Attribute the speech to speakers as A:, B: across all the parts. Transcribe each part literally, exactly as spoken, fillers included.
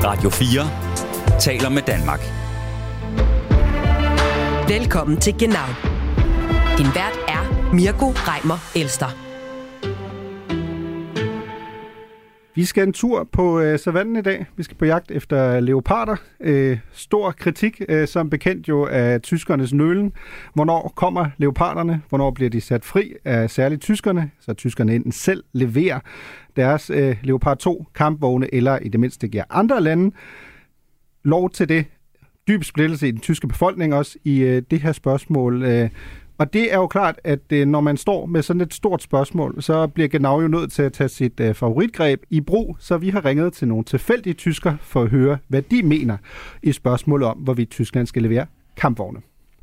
A: Radio fire taler med Danmark.
B: Velkommen til Genau. Din vært er Mirko Reimer Elster.
C: Vi skal en tur på øh, savannen i dag. Vi skal på jagt efter leoparder. Øh, stor kritik, øh, som bekendt jo af tyskernes nølen. Hvornår kommer leoparderne? Hvornår bliver de sat fri af særligt tyskerne? Så tyskerne enten selv leverer deres øh, Leopard to kampvogne, eller i det mindste giver andre lande lov til det. Dyb splittelse i den tyske befolkning også i øh, det her spørgsmål. Øh, Og det er jo klart, at øh, når man står med sådan et stort spørgsmål, så bliver Genau jo nødt til at tage sit øh, favoritgreb i brug, så vi har ringet til nogle tilfældige tyskere for at høre, hvad de mener i spørgsmålet om, hvorvidt Tyskland skal levere kampvogne.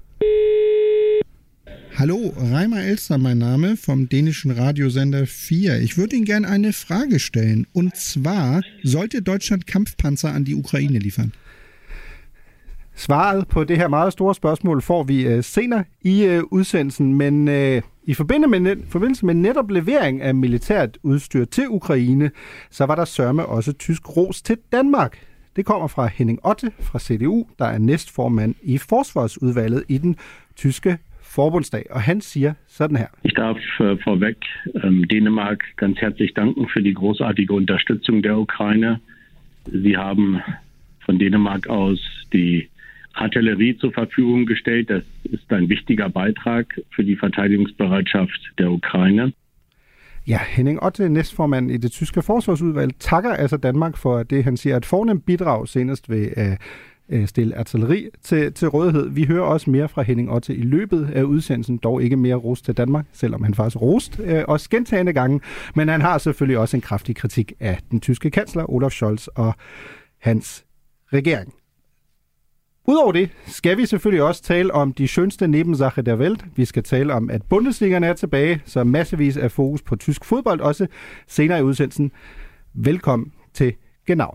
D: Hallo, Reimer Elster, mein Name vom dänischen Radiosender vier. Ich würde Ihnen gerne eine Frage stellen. Und zwar, sollte Deutschland Kampfpanzer an die Ukraine liefern?
C: Svaret på det her meget store spørgsmål får vi øh, senere i øh, udsendelsen, men øh, i forbindelse med, forbindelse med netop levering af militært udstyr til Ukraine, så var der sørme også tysk ros til Danmark. Det kommer fra Henning Otte fra C D U, der er næstformand i Forsvarsudvalget i den tyske Forbundsdag, og han siger sådan her.
E: Ich darf äh, vorweg ähm, Dänemark ganz herzlich danken für die großartige Unterstützung der Ukraine. Sie haben von Dänemark aus die Artillerie zur Verfügung gestellt. Das ist ein wichtiger Beitrag für die Verteidigungsbereitschaft der Ukraine.
C: Ja, Henning Otte, næstformand i det tyske forsvarsudvalg, takker altså Danmark for det, han siger, at fornemt bidrag senest ved at uh, stille artilleri til, til rådighed. Vi hører også mere fra Henning Otte i løbet af udsendelsen, dog ikke mere ros til Danmark, selvom han faktisk rost uh, os gentagne gange. Men han har selvfølgelig også en kraftig kritik af den tyske kansler Olaf Scholz og hans regering. Udover det skal vi selvfølgelig også tale om de skønste Nebensache der Welt. Vi skal tale om, at Bundesligaen er tilbage, så massevis af fokus på tysk fodbold også senere i udsendelsen. Velkommen til Genau.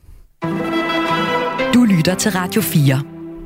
B: Du lytter til Radio fire.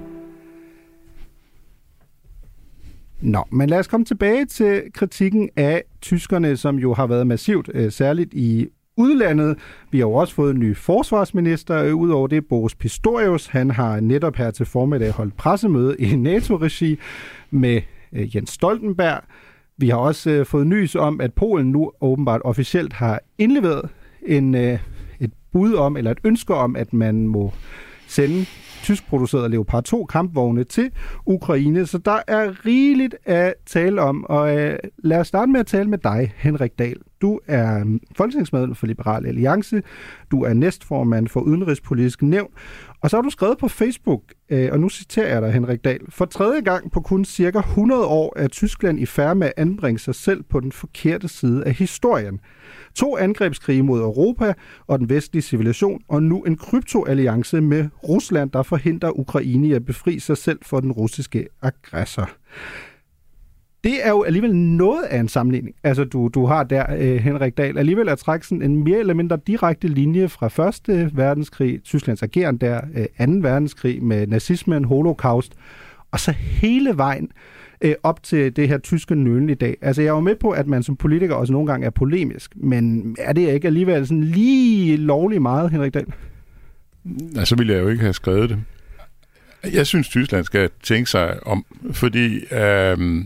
C: Nå, men lad os komme tilbage til kritikken af tyskerne, som jo har været massivt, særligt i udlandet. Vi har jo også fået en ny forsvarsminister. Udover det, Boris Pistorius, han har netop her til formiddag holdt pressemøde i NATO-regi med Jens Stoltenberg. Vi har også fået nys om, at Polen nu åbenbart officielt har indleveret en, et bud om, eller et ønske om, at man må sende tyskproducerede Leopard to kampvogne til Ukraine. Så der er rigeligt at tale om, og øh, lad os starte med at tale med dig, Henrik Dahl. Du er folketingsmedlem for Liberal Alliance, du er næstformand for Udenrigspolitisk Nævn, og så har du skrevet på Facebook, øh, og nu citerer jeg dig, Henrik Dahl: for tredje gang på kun cirka hundrede år er Tyskland i færd med at anbringe sig selv på den forkerte side af historien. To angrebskrige mod Europa og den vestlige civilisation, og nu en kryptoalliance med Rusland, der forhindrer Ukraine i at befri sig selv for den russiske aggressor. Det er jo alligevel noget af en sammenligning, altså du, du har der, øh, Henrik Dahl, alligevel at trække sådan en mere eller mindre direkte linje fra første verdenskrig, Tysklands ageren der, øh, anden verdenskrig med nazismen, holocaust, og så hele vejen øh, op til det her tyske nølen i dag. Altså jeg er jo med på, at man som politiker også nogle gange er polemisk, men er det ikke alligevel sådan lige lovligt meget, Henrik Dahl?
F: Nej, så ville jeg jo ikke have skrevet det. Jeg synes, Tyskland skal tænke sig om, fordi øh,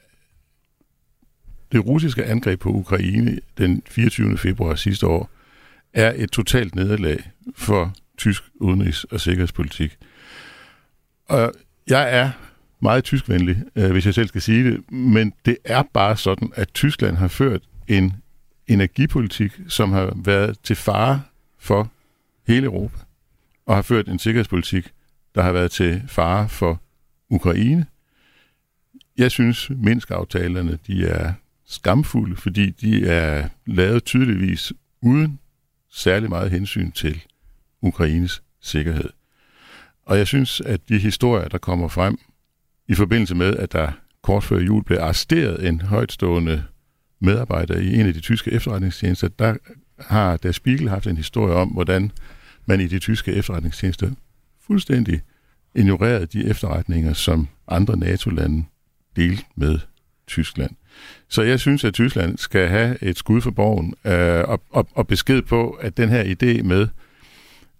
F: det russiske angreb på Ukraine den fireogtyvende februar sidste år er et totalt nederlag for tysk udenrigs- og sikkerhedspolitik. Og jeg er meget tyskvenlig, øh, hvis jeg selv skal sige det, men det er bare sådan, at Tyskland har ført en energipolitik, som har været til fare for hele Europa, og har ført en sikkerhedspolitik, der har været til fare for Ukraine. Jeg synes, Minsk-aftalerne, de er skamfulde, fordi de er lavet tydeligvis uden særlig meget hensyn til Ukraines sikkerhed. Og jeg synes, at de historier, der kommer frem i forbindelse med, at der kort før jul blev arresteret en højtstående medarbejder i en af de tyske efterretningstjenester, der har Der Spiegel haft en historie om, hvordan man i de tyske efterretningstjenester fuldstændig ignorerede de efterretninger, som andre NATO-lande delte med Tyskland. Så jeg synes, at Tyskland skal have et skud for borgen øh, og, og, og besked på, at den her idé med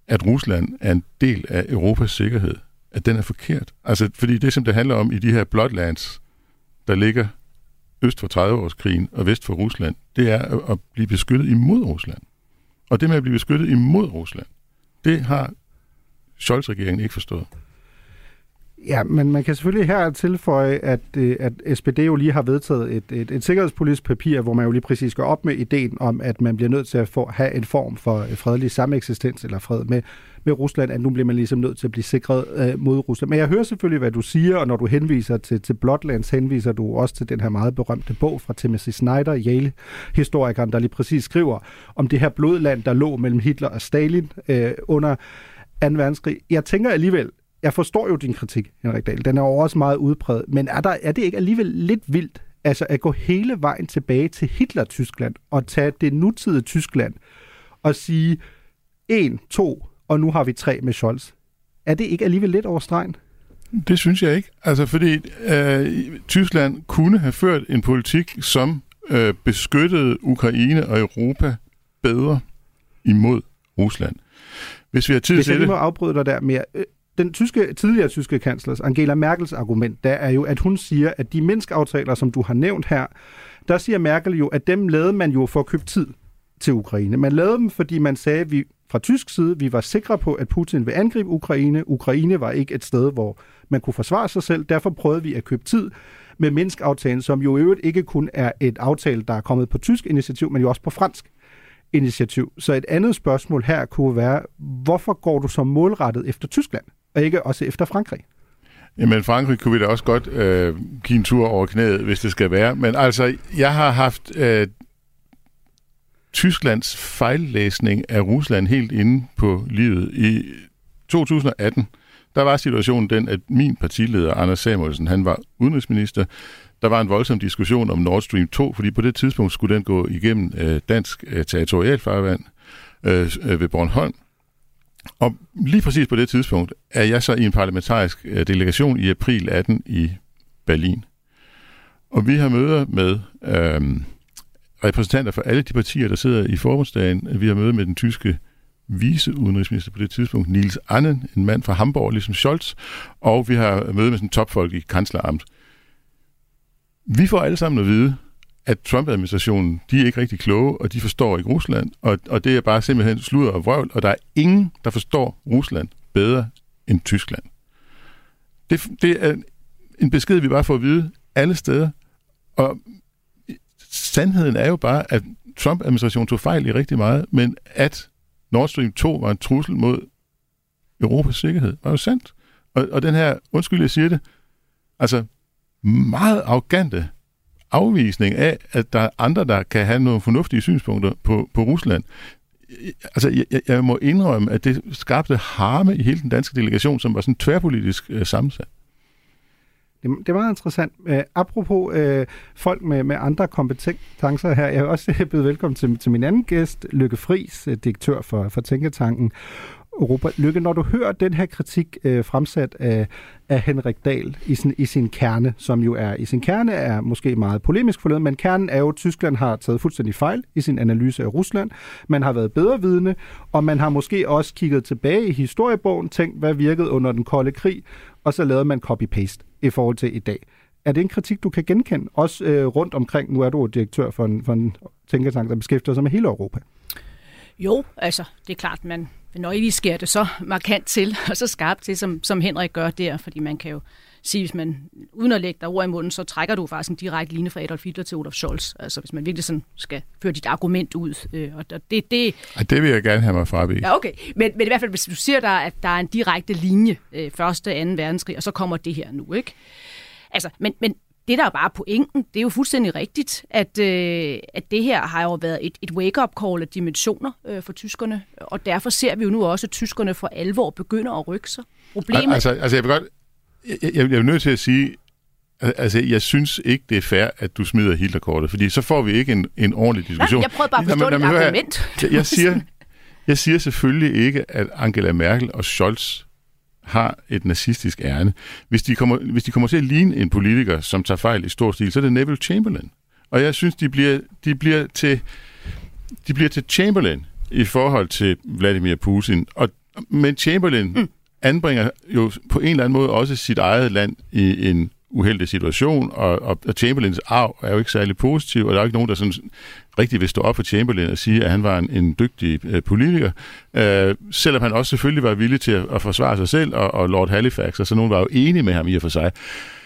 F: at Rusland er en del af Europas sikkerhed, at den er forkert. Altså, fordi det, som det handler om i de her bloodlands, der ligger øst for tredive-årskrigen og vest for Rusland, det er at blive beskyttet imod Rusland. Og det med at blive beskyttet imod Rusland, det har Scholz-regeringen ikke forstået.
C: Ja, men man kan selvfølgelig her tilføje, at, at S P D jo lige har vedtaget et, et, et sikkerhedspolitisk papir, hvor man jo lige præcis går op med ideen om, at man bliver nødt til at få, have en form for fredelig sameksistens eller fred med, med Rusland, at nu bliver man ligesom nødt til at blive sikret øh, mod Rusland. Men jeg hører selvfølgelig, hvad du siger, og når du henviser til, til Bloodlands, henviser du også til den her meget berømte bog fra Timothy Snyder, Yale-historikeren, der lige præcis skriver om det her blodland, der lå mellem Hitler og Stalin øh, under anden verdenskrig. Jeg tænker alligevel, jeg forstår jo din kritik, Henrik Dahl. Den er jo også meget udpræget. Men er, der, er det ikke alligevel lidt vildt, altså at gå hele vejen tilbage til Hitler-Tyskland og tage det nutidige Tyskland og sige en, to, og nu har vi tre med Scholz? Er det ikke alligevel lidt over stregen?
F: Det synes jeg ikke. Altså fordi øh, Tyskland kunne have ført en politik, som øh, beskyttede Ukraine og Europa bedre imod Rusland. Hvis vi har tid
C: Hvis
F: til
C: jeg lige
F: det...
C: må afbryde dig der mere... Den tyske, tidligere tyske kansler, Angela Merkels argument, der er jo, at hun siger, at de Minsk-aftaler, som du har nævnt her, der siger Merkel jo, at dem lavede man jo for at købe tid til Ukraine. Man lavede dem, fordi man sagde, at vi fra tysk side, vi var sikre på, at Putin vil angribe Ukraine. Ukraine var ikke et sted, hvor man kunne forsvare sig selv. Derfor prøvede vi at købe tid med Minsk-aftalen, som jo i øvrigt ikke kun er et aftale, der er kommet på tysk initiativ, men jo også på fransk initiativ. Så et andet spørgsmål her kunne være, hvorfor går du så målrettet efter Tyskland, og ikke også efter Frankrig?
F: Jamen, Frankrig kunne vi da også godt øh, give en tur over knæet, hvis det skal være. Men altså, jeg har haft øh, Tysklands fejllæsning af Rusland helt inde på livet. I to tusind og atten, der var situationen den, at min partileder, Anders Samuelsen, han var udenrigsminister. Der var en voldsom diskussion om Nord Stream to, fordi på det tidspunkt skulle den gå igennem øh, dansk øh, territorialfarvand øh, øh, ved Bornholm. Og lige præcis på det tidspunkt er jeg så i en parlamentarisk øh, delegation i april atten i Berlin. Og vi har møder med øh, repræsentanter for alle de partier, der sidder i forbundsdagen. Vi har møder med den tyske viceudenrigsminister på det tidspunkt, Niels Annen, en mand fra Hamburg, ligesom Scholz, og vi har møde med sådan topfolk i kansleramt. Vi får alle sammen at vide, at Trump-administrationen, de er ikke rigtig kloge, og de forstår ikke Rusland, og, og det er bare simpelthen sludder og vrøvl, og der er ingen, der forstår Rusland bedre end Tyskland. Det, det er en besked, vi bare får at vide alle steder, og sandheden er jo bare, at Trump-administrationen tog fejl i rigtig meget, men at Nord Stream to var en trussel mod Europas sikkerhed, var jo sandt. Og, og den her, undskyld, jeg siger det, altså meget arrogante afvisning af, at der er andre, der kan have nogle fornuftige synspunkter på, på Rusland. Altså, jeg, jeg må indrømme, at det skabte harme i hele den danske delegation, som var sådan tværpolitisk øh, sammensat.
C: Det, det er meget interessant. Uh, apropos uh, folk med, med andre kompetencer her, jeg vil også byde velkommen til, til min anden gæst, Lykke Friis, direktør for, for Tænketanken Europa. Lykke, når du hører den her kritik øh, fremsat af, af Henrik Dahl i sin, i sin kerne, som jo er i sin kerne er måske meget polemisk forleden, men kernen er jo, at Tyskland har taget fuldstændig fejl i sin analyse af Rusland. Man har været bedre vidne, og man har måske også kigget tilbage i historiebogen, tænkt, hvad virkede under den kolde krig, og så lavede man copy-paste i forhold til i dag. Er det en kritik, du kan genkende? Også øh, rundt omkring, nu er du direktør for en, for en tænketank, der beskæftiger sig med hele Europa.
G: Jo, altså, det er klart, man når I lige skærer det så markant til, og så skarpt til, som, som Henrik gør der, fordi man kan jo sige, hvis man uden at lægge dig ord i munden, så trækker du faktisk en direkte linje fra Adolf Hitler til Olaf Scholz. Altså hvis man virkelig sådan skal føre dit argument ud. Øh, og det, det,
F: Ej, det vil jeg gerne have mig frabedt.
G: Ja, okay. Men, men i hvert fald, hvis du siger, der, at der er en direkte linje, øh, første og anden verdenskrig, og så kommer det her nu, ikke? Altså, men, men det, der er bare pointen, det er jo fuldstændig rigtigt, at, øh, at det her har jo været et, et wake-up call af dimensioner øh, for tyskerne, og derfor ser vi jo nu også, at tyskerne for alvor begynder at rykke sig. Problemet...
F: Altså, altså jeg vil godt... Jeg, jeg, jeg er nødt til at sige, altså jeg synes ikke, det er fair, at du smider Hitlerkortet, fordi så får vi ikke en, en ordentlig diskussion.
G: Nej, jeg prøver bare at forstå dit argument.
F: Jeg, jeg, siger, jeg siger selvfølgelig ikke, at Angela Merkel og Scholz har et nazistisk ærne. Hvis de, kommer, hvis de kommer til at ligne en politiker, som tager fejl i stor stil, så er det Neville Chamberlain. Og jeg synes, de bliver, de bliver, til, de bliver til Chamberlain i forhold til Vladimir Putin. Og, Men Chamberlain mm. anbringer jo på en eller anden måde også sit eget land i en uheldig situation, og, og Chamberlains arv er jo ikke særlig positiv, og der er jo ikke nogen, der sådan rigtig vil stå op for Chamberlain og sige, at han var en, en dygtig øh, politiker, øh, selvom han også selvfølgelig var villig til at, at forsvare sig selv, og, og Lord Halifax, og så nogen var jo enige med ham i og for sig.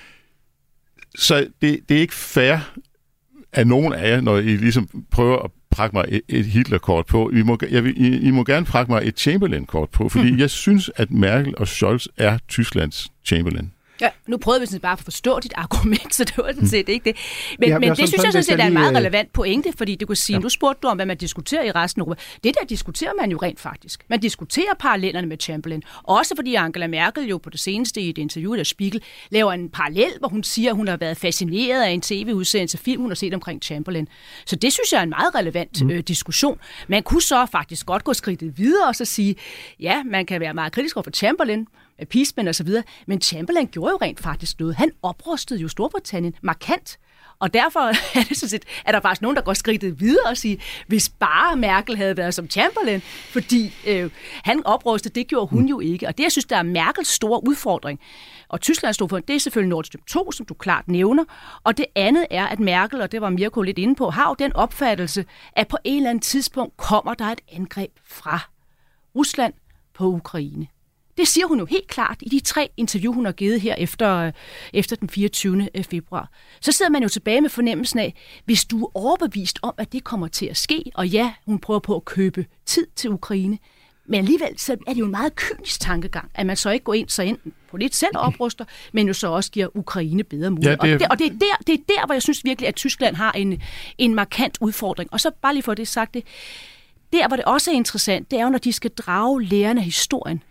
F: Så det, det er ikke fair af nogen af jer, når I ligesom prøver at prakke mig et, et Hitler-kort på. I må, jeg, I, I må gerne prakke mig et Chamberlain-kort på, fordi mm. jeg synes, at Merkel og Scholz er Tysklands Chamberlain.
G: Ja, nu prøvede vi sådan bare at forstå dit argument, så det var sådan set ikke det. Men,
C: ja,
G: men det synes jeg sådan set er en meget
C: lige...
G: relevant pointe, fordi du kunne sige, ja. Nu spurgte du om, hvad man diskuterer i resten af Europa. Det der diskuterer man jo rent faktisk. Man diskuterer parallellerne med Chamberlain. Også fordi Angela Merkel jo på det seneste i et interview der Spiegel laver en parallel, hvor hun siger, at hun har været fascineret af en tv-udsendelse, film, hun har set omkring Chamberlain. Så det synes jeg er en meget relevant mm. øh, diskussion. Man kunne så faktisk godt gå skridtet videre og så sige, ja, man kan være meget kritisk over for Chamberlain, appeasement og så videre, men Chamberlain gjorde jo rent faktisk noget. Han oprustede jo Storbritannien markant, og derfor er det sådan set, at der faktisk nogen, der går skridtet videre og siger, hvis bare Merkel havde været som Chamberlain, fordi øh, han oprustede, det gjorde hun jo ikke. Og det, jeg synes, der er Merkels store udfordring, og Tyskland stod for, det er selvfølgelig Nord Stream to, som du klart nævner, og det andet er, at Merkel, og det var Mirko lidt inde på, har jo den opfattelse, at på et eller andet tidspunkt kommer der et angreb fra Rusland på Ukraine. Det siger hun jo helt klart i de tre interview, hun har givet her efter, efter den fireogtyvende februar. Så sidder man jo tilbage med fornemmelsen af, hvis du er overbevist om, at det kommer til at ske, og ja, hun prøver på at købe tid til Ukraine, men alligevel så er det jo en meget kynisk tankegang, at man så ikke går ind så enten på lidt selv opruster, men jo så også giver Ukraine bedre muligheder. Ja, det er... Og, det, og det, er der, det er der, hvor jeg synes virkelig, at Tyskland har en, en markant udfordring. Og så bare lige for det sagt det, der hvor det også er interessant, det er jo, når de skal drage lærerne af historien,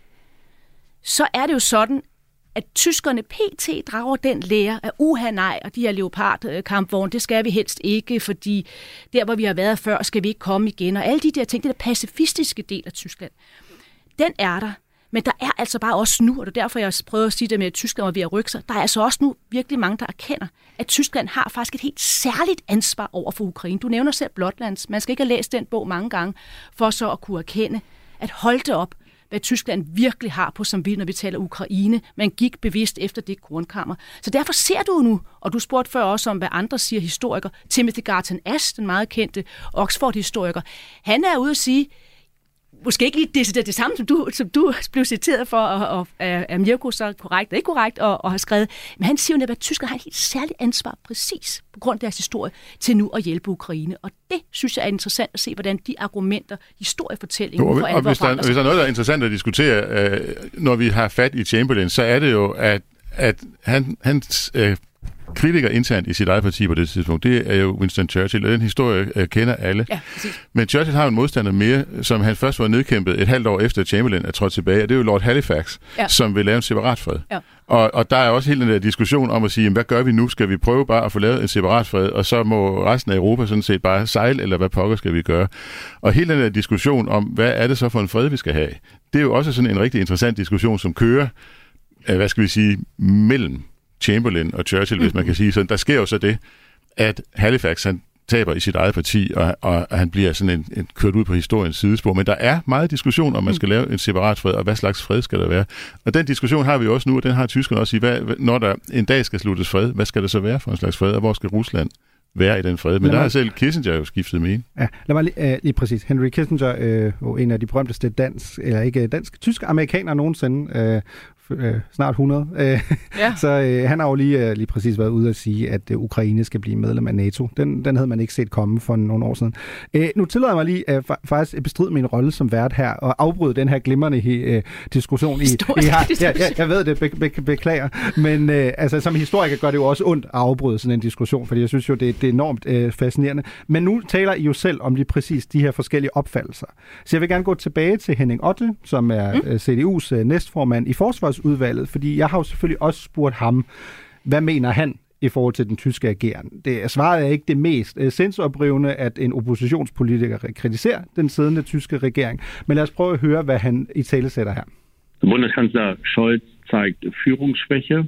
G: så er det jo sådan, at tyskerne pt. Drager den lære af uha nej, og de her Leopard-kampvogne, det skal vi helst ikke, fordi der, hvor vi har været før, skal vi ikke komme igen. Og alle de der ting, det der pacifistiske del af Tyskland, den er der. Men der er altså bare også nu, og det er derfor, jeg prøver at sige det med, at Tyskland var ved at rykke sig, der er altså også nu virkelig mange, der erkender, at Tyskland har faktisk et helt særligt ansvar over for Ukraine. Du nævner selv Blotlands. Man skal ikke have læst den bog mange gange, for så at kunne erkende, at holde det op, hvad Tyskland virkelig har på som vi, når vi taler Ukraine. Man gik bevidst efter det kornkammer. Så derfor ser du nu, og du spurgte før også om, hvad andre siger historikere, Timothy Garton Ash, den meget kendte Oxford-historiker, han er ude at sige, måske ikke lige det, det samme, som du, som du blev citeret for, og, og er Mirko så korrekt og ikke korrekt, og, og har skrevet, men han siger jo netop, at tyskerne har et helt særligt ansvar, præcis på grund af deres historie, til nu at hjælpe Ukraine. Og det synes jeg er interessant at se, hvordan de argumenter, historiefortællingen
F: jo,
G: for alvor
F: hvis der, hvis der er noget, der er interessant at diskutere, øh, når vi har fat i Chamberlain, så er det jo, at, at han, hans øh, kritiker internt i sit eget parti på det tidspunkt, det er jo Winston Churchill, og den historie øh, kender alle. Ja, men Churchill har jo en modstander mere, som han først var nedkæmpet et halvt år efter Chamberlain er trådt tilbage, og det er jo Lord Halifax, ja. Som vil lave en separat fred. Ja. Og, og der er også hele den der diskussion om at sige, jamen, hvad gør vi nu? Skal vi prøve bare at få lavet en separat fred, og så må resten af Europa sådan set bare sejle, eller hvad pokker skal vi gøre? Og hele den der diskussion om, hvad er det så for en fred, vi skal have? Det er jo også sådan en rigtig interessant diskussion, som kører, hvad skal vi sige, mellem Chamberlain og Churchill, hvis man kan sige sådan. Der sker jo så det, at Halifax, han taber i sit eget parti, og, og, og han bliver sådan en, en kørt ud på historiens sidespor. Men der er meget diskussion om, man skal lave en separat fred, og hvad slags fred skal der være. Og den diskussion har vi også nu, og den har tyskerne også i, hvad, når der en dag skal sluttes fred, hvad skal det så være for en slags fred, og hvor skal Rusland være i den fred? Men lad der mig... har selv Kissinger jo skiftet mening. Ja,
C: lad mig lige, uh, lige præcis. Henry Kissinger, øh, en af de berømteste dansk, eller ikke dansk, tyske amerikanere nogensinde, øh, Øh, snart hundrede. Øh, ja. Så øh, han har jo lige, øh, lige præcis været ude at sige, at øh, Ukraine skal blive medlem af NATO. Den, den havde man ikke set komme for nogle år siden. Øh, nu tillader jeg mig lige øh, faktisk at bestride min rolle som vært her, og afbryde den her glimrende øh, diskussion. I, I har, ja, ja, jeg ved det, be, be, beklager. Men øh, altså, som historiker gør det jo også ondt at afbryde sådan en diskussion, fordi jeg synes jo, det, det er enormt øh, fascinerende. Men nu taler I jo selv om lige præcis de her forskellige opfattelser. Så jeg vil gerne gå tilbage til Henning Otte, som er mm. øh, C D U's øh, næstformand i forsvars udvalget, fordi jeg har jo selvfølgelig også spurgt ham, hvad mener han i forhold til den tyske ageren. Det svaret er ikke det mest sindsoprivende, at en oppositionspolitiker kritiserer den siddende tyske regering, men lad os prøve at høre, hvad han i tale sætter her.
E: Bundeskanzler Scholz zeigt Führungsschwäche,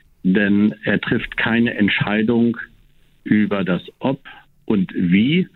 E: denn er trifft keine Entscheidung über das Ob und Wie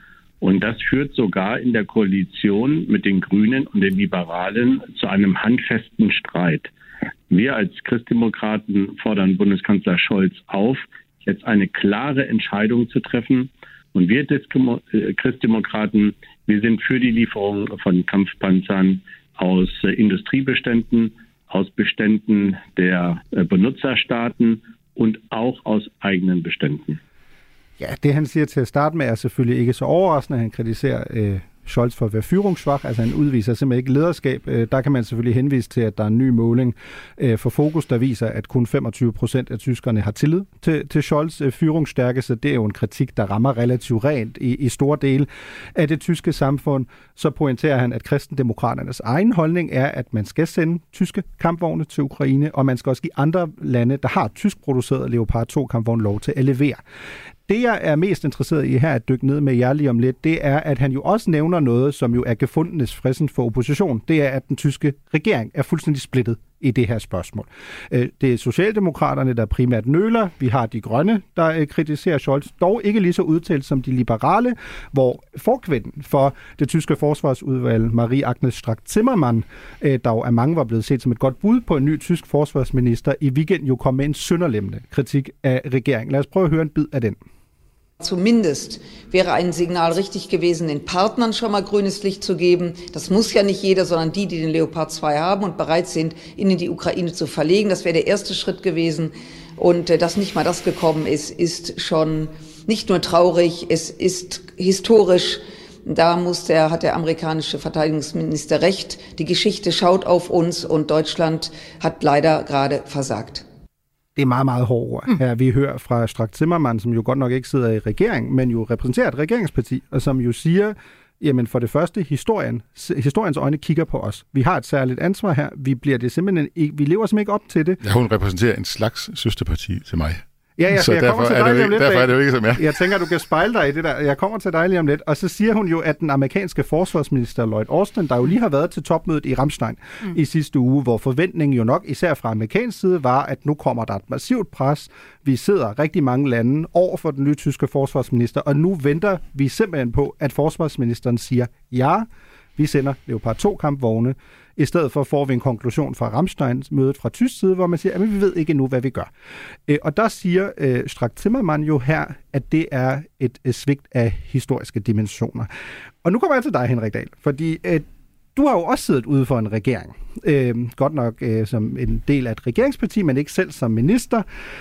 E: Und das führt sogar in der Koalition mit den Grünen und den Liberalen zu einem handfesten Streit. Wir als Christdemokraten fordern Bundeskanzler Scholz auf, jetzt eine klare Entscheidung zu treffen. Und wir Christdemokraten, wir sind für die Lieferung von Kampfpanzern aus Industriebeständen, aus Beständen der Benutzerstaaten und auch aus eigenen Beständen.
C: Ja, det han siger til at starte med er selvfølgelig ikke så overraskende. Han kritiserer øh, Scholz for at være führungssvag, altså han udviser simpelthen ikke lederskab. Øh, der kan man selvfølgelig henvise til, at der er en ny måling øh, for Fokus, der viser, at kun femogtyve procent af tyskerne har tillid til, til Scholz øh, führungsstærke, så det er jo en kritik, der rammer relativt rent i, i store dele af det tyske samfund. Så pointerer han, at kristendemokraternes egen holdning er, at man skal sende tyske kampvogne til Ukraine, og man skal også give andre lande, der har tyskproducerede Leopard to kampvogne, lov til at levere. Det, jeg er mest interesseret i her at dykke ned med jer lige om lidt, det er, at han jo også nævner noget, som jo er gefundenes fristen for opposition. Det er, at den tyske regering er fuldstændig splittet i det her spørgsmål. Det er Socialdemokraterne, der primært nøler. Vi har de grønne, der kritiserer Scholz. Dog ikke lige så udtalt som de liberale, hvor forkvinden for det tyske forsvarsudvalg, Marie-Agnes Strack-Zimmermann, der jo af mange var blevet set som et godt bud på en ny tysk forsvarsminister, i weekenden jo kom med en sønderlemmende kritik af regeringen. Lad os prøve at høre en bid af den.
H: Zumindest wäre ein Signal richtig gewesen, den Partnern schon mal grünes Licht zu geben. Das muss ja nicht jeder, sondern die, die den Leopard zwei haben und bereit sind, ihn in die Ukraine zu verlegen. Das wäre der erste Schritt gewesen. Und äh, dass nicht mal das gekommen ist, ist schon nicht nur traurig, es ist historisch. Da muss der, hat der amerikanische Verteidigungsminister recht. Die Geschichte schaut auf uns und Deutschland hat leider gerade versagt.
C: Det er meget, meget hårde ord. Her vi hører fra Strack-Zimmermann, som jo godt nok ikke sidder i regeringen, men jo repræsenterer et regeringsparti, og som jo siger, jamen for det første, historien, historiens øjne kigger på os. Vi har et særligt ansvar her. Vi bliver det simpelthen ikke, vi lever simpelthen ikke op til det.
F: Ja, hun repræsenterer en slags søsterparti til mig.
C: Ja, ja, så jeg kommer til dig lige om lidt.
F: Derfor er det jo ikke som jeg.
C: Jeg tænker, du kan spejle dig i det der. Jeg kommer til dig lige om lidt. Og så siger hun jo, at den amerikanske forsvarsminister Lloyd Austin, der jo lige har været til topmødet i Ramstein mm. i sidste uge, hvor forventningen jo nok, især fra amerikansk side, var, at nu kommer der et massivt pres. Vi sidder rigtig mange lande over for den nye tyske forsvarsminister, og nu venter vi simpelthen på, at forsvarsministeren siger, ja, vi sender Leopard to kampvogne. I stedet for får vi en konklusion fra Ramstein-mødet fra tysk side, hvor man siger, at vi ved ikke endnu, hvad vi gør. Og der siger Strack-Zimmermann jo her, at det er et svigt af historiske dimensioner. Og nu kommer jeg til dig, Henrik Dahl, fordi du har jo også siddet ude for en regering. Godt nok som en del af et regeringsparti, men ikke selv som minister.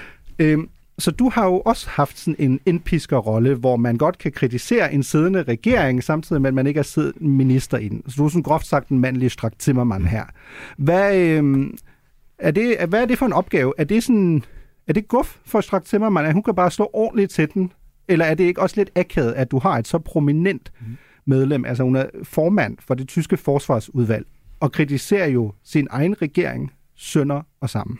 C: Så du har jo også haft sådan en indpiskerrolle, hvor man godt kan kritisere en siddende regering, samtidig med, at man ikke er siddet minister i den. Så du er sådan groft sagt en mandlig Strack-Zimmermann her. Hvad, øh, er det, hvad er det for en opgave? Er det, sådan, er det guf for Strack-Zimmermann, at hun kan bare stå ordentligt til den? Eller er det ikke også lidt akavet, at du har et så prominent medlem, altså hun er formand for det tyske forsvarsudvalg, og kritiserer jo sin egen regering sønder og sammen?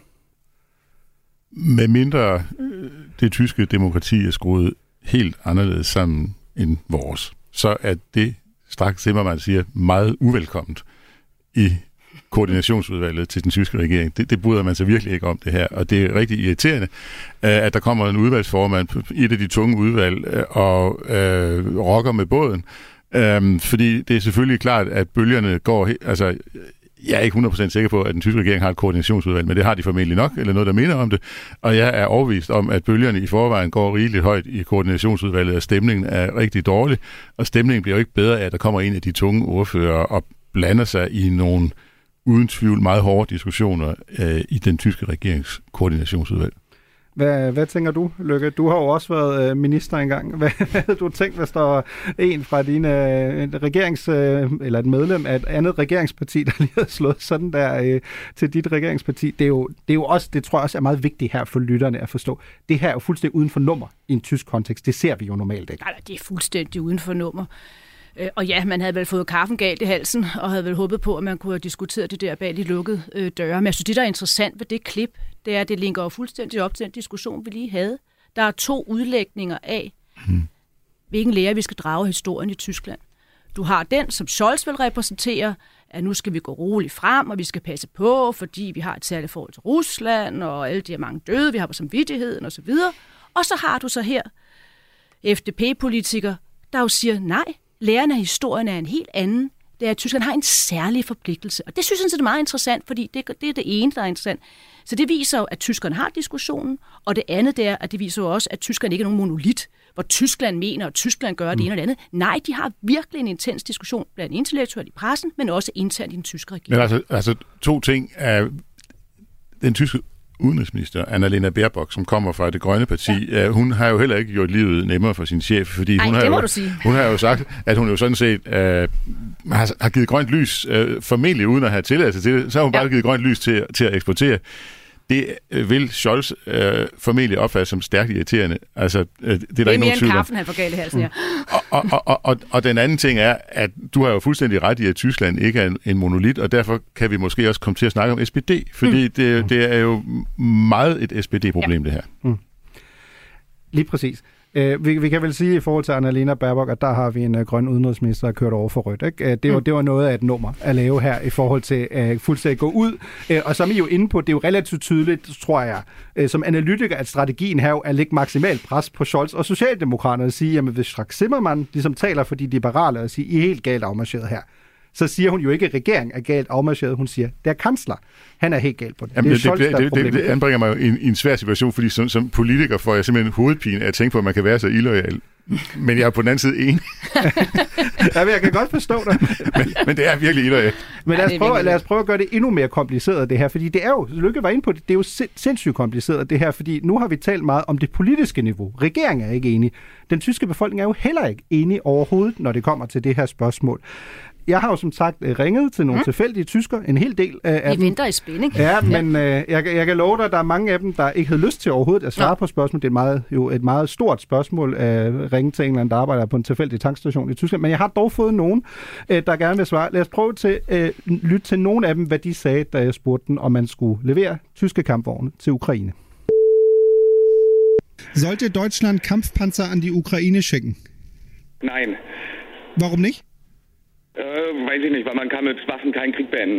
F: Med mindre det tyske demokrati er skruet helt anderledes sammen end vores, så er det, Strack-Zimmermann siger, meget uvelkomment i koordinationsudvalget til den tyske regering. Det, det bryder man sig virkelig ikke om, det her, og det er rigtig irriterende, at der kommer en udvalgsformand i et af de tunge udvalg og øh, rokker med båden, øh, fordi det er selvfølgelig klart, at bølgerne går... Altså, jeg er ikke hundrede procent sikker på, at den tyske regering har et koordinationsudvalg, men det har de formentlig nok, eller noget, der minder om det. Og jeg er overbevist om, at bølgerne i forvejen går rigeligt højt i koordinationsudvalget, og stemningen er rigtig dårlig. Og stemningen bliver jo ikke bedre af, at der kommer en af de tunge ordfører og blander sig i nogle uden tvivl meget hårde diskussioner øh, i den tyske regerings koordinationsudvalg.
C: Hvad, hvad tænker du, Lykke? Du har jo også været minister engang. Hvad, hvad havde du tænkt, hvis der var en fra dine regerings, eller et medlem af et andet regeringsparti, der lige havde slået sådan der øh, til dit regeringsparti? Det er, jo, det er jo også, det tror jeg også er meget vigtigt her for lytterne at forstå. Det her er jo fuldstændig uden for nummer i en tysk kontekst. Det ser vi jo normalt ikke.
G: Nej, det er fuldstændig uden for nummer. Og ja, man havde vel fået kaffen galt i halsen, og havde vel håbet på, at man kunne have diskuteret det der bag de lukkede øh, døre. Men jeg synes, det der er interessant ved det klip, det er, at det linker jo fuldstændig op til den diskussion, vi lige havde. Der er to udlægninger af, hmm. hvilken lære vi skal drage historien i Tyskland. Du har den, som Scholz vil repræsentere, at nu skal vi gå roligt frem, og vi skal passe på, fordi vi har et særligt forhold til Rusland, og alle de her mange døde, vi har på samvittigheden osv. Og så har du så her F D P-politikere, der jo siger, nej, læren af historien er en helt anden. Det er, at Tyskland har en særlig forpligtelse. Og det synes jeg sådan, er meget interessant, fordi det, det er det ene, der er interessant. Så det viser jo, at tyskerne har diskussionen, og det andet der, at det viser jo også, at Tyskland ikke er nogen monolit, hvor Tyskland mener, og Tyskland gør det ene og det andet. Nej, de har virkelig en intens diskussion blandt intellektuelle i pressen, men også internt i den tyske regering.
F: Men altså, altså to ting er den tyske udenrigsminister, Annalena Baerbock, som kommer fra Det Grønne Parti, ja. hun har jo heller ikke gjort livet nemmere for sin chef, fordi
G: Ej,
F: hun, har jo, hun har jo sagt, at hun jo sådan set øh, har, har givet grønt lys, øh, formentlig uden at have tilladelse til det, så har hun ja. bare givet grønt lys til, til at eksportere. Det vil Scholz øh, formentlig opfatte som stærkt irriterende. Altså, øh, det er, det er
G: der
F: ikke
G: mere
F: end
G: kaffen, han får galt i halsen, ja.
F: og, og, og, og, og den anden ting er, at du har jo fuldstændig ret i, at Tyskland ikke er en, en monolit, og derfor kan vi måske også komme til at snakke om S P D, fordi mm. det, det er jo meget et S P D-problem, ja. det her. Mm.
C: Lige præcis. Uh, vi, vi kan vel sige i forhold til Annalena Baerbock, at der har vi en uh, grøn udenrigsminister, der kørt over for rødt. Ikke? Uh, det, var, mm. det var noget af et nummer at lave her i forhold til uh, fuldstændig gå ud. Uh, og som I jo inde på, det er jo relativt tydeligt, tror jeg, uh, som analytiker, at strategien her er at lægge maksimalt pres på Scholz og Socialdemokraterne og sige, jamen hvis Strack Zimmermann ligesom taler for de liberale og siger, I er helt galt afmarcheret her, så siger hun jo ikke, at regeringen er galt afmarcheret. Hun siger, det er kansler. Han er helt galt på det.
F: Jamen,
C: det,
F: er Scholz, det, det, det, det anbringer mig jo i en, i en svær situation, fordi som, som politiker får jeg simpelthen hovedpine af at tænke på, at man kan være så illoyal. Men jeg er på den anden side enig.
C: Ja, jeg kan godt forstå dig.
F: men, men det er virkelig illoyalt.
C: Men lad os, prøve, lad os prøve at gøre det endnu mere kompliceret, det her. Fordi det er jo, Lykke var inde på det, det er jo sindssygt kompliceret, det her. Fordi nu har vi talt meget om det politiske niveau. Regeringen er ikke enig. Den tyske befolkning er jo heller ikke enig overhovedet, når det kommer til det her spørgsmål. Jeg har jo som sagt ringet til nogle mm. tilfældige tysker, en hel del af
G: Vi
C: dem.
G: venter i spænding.
C: Ja, men øh, jeg, jeg kan love dig, at der er mange af dem, der ikke havde lyst til overhovedet at svare Nå. på spørgsmål. Det er meget, jo et meget stort spørgsmål at ringe til en eller anden, der arbejder på en tilfældig tankstation i Tyskland. Men jeg har dog fået nogen, øh, der gerne vil svare. Lad os prøve til øh, lytte til nogle af dem, hvad de sagde, da jeg spurgte dem, om man skulle levere tyske kampvogne til Ukraine.
D: Sollte Deutschland Kampfpanzer an die Ukraine schicken?
I: Nein.
D: Warum nicht?
I: Äh, weiß ich nicht, weil man kann mit Waffen keinen Krieg beenden.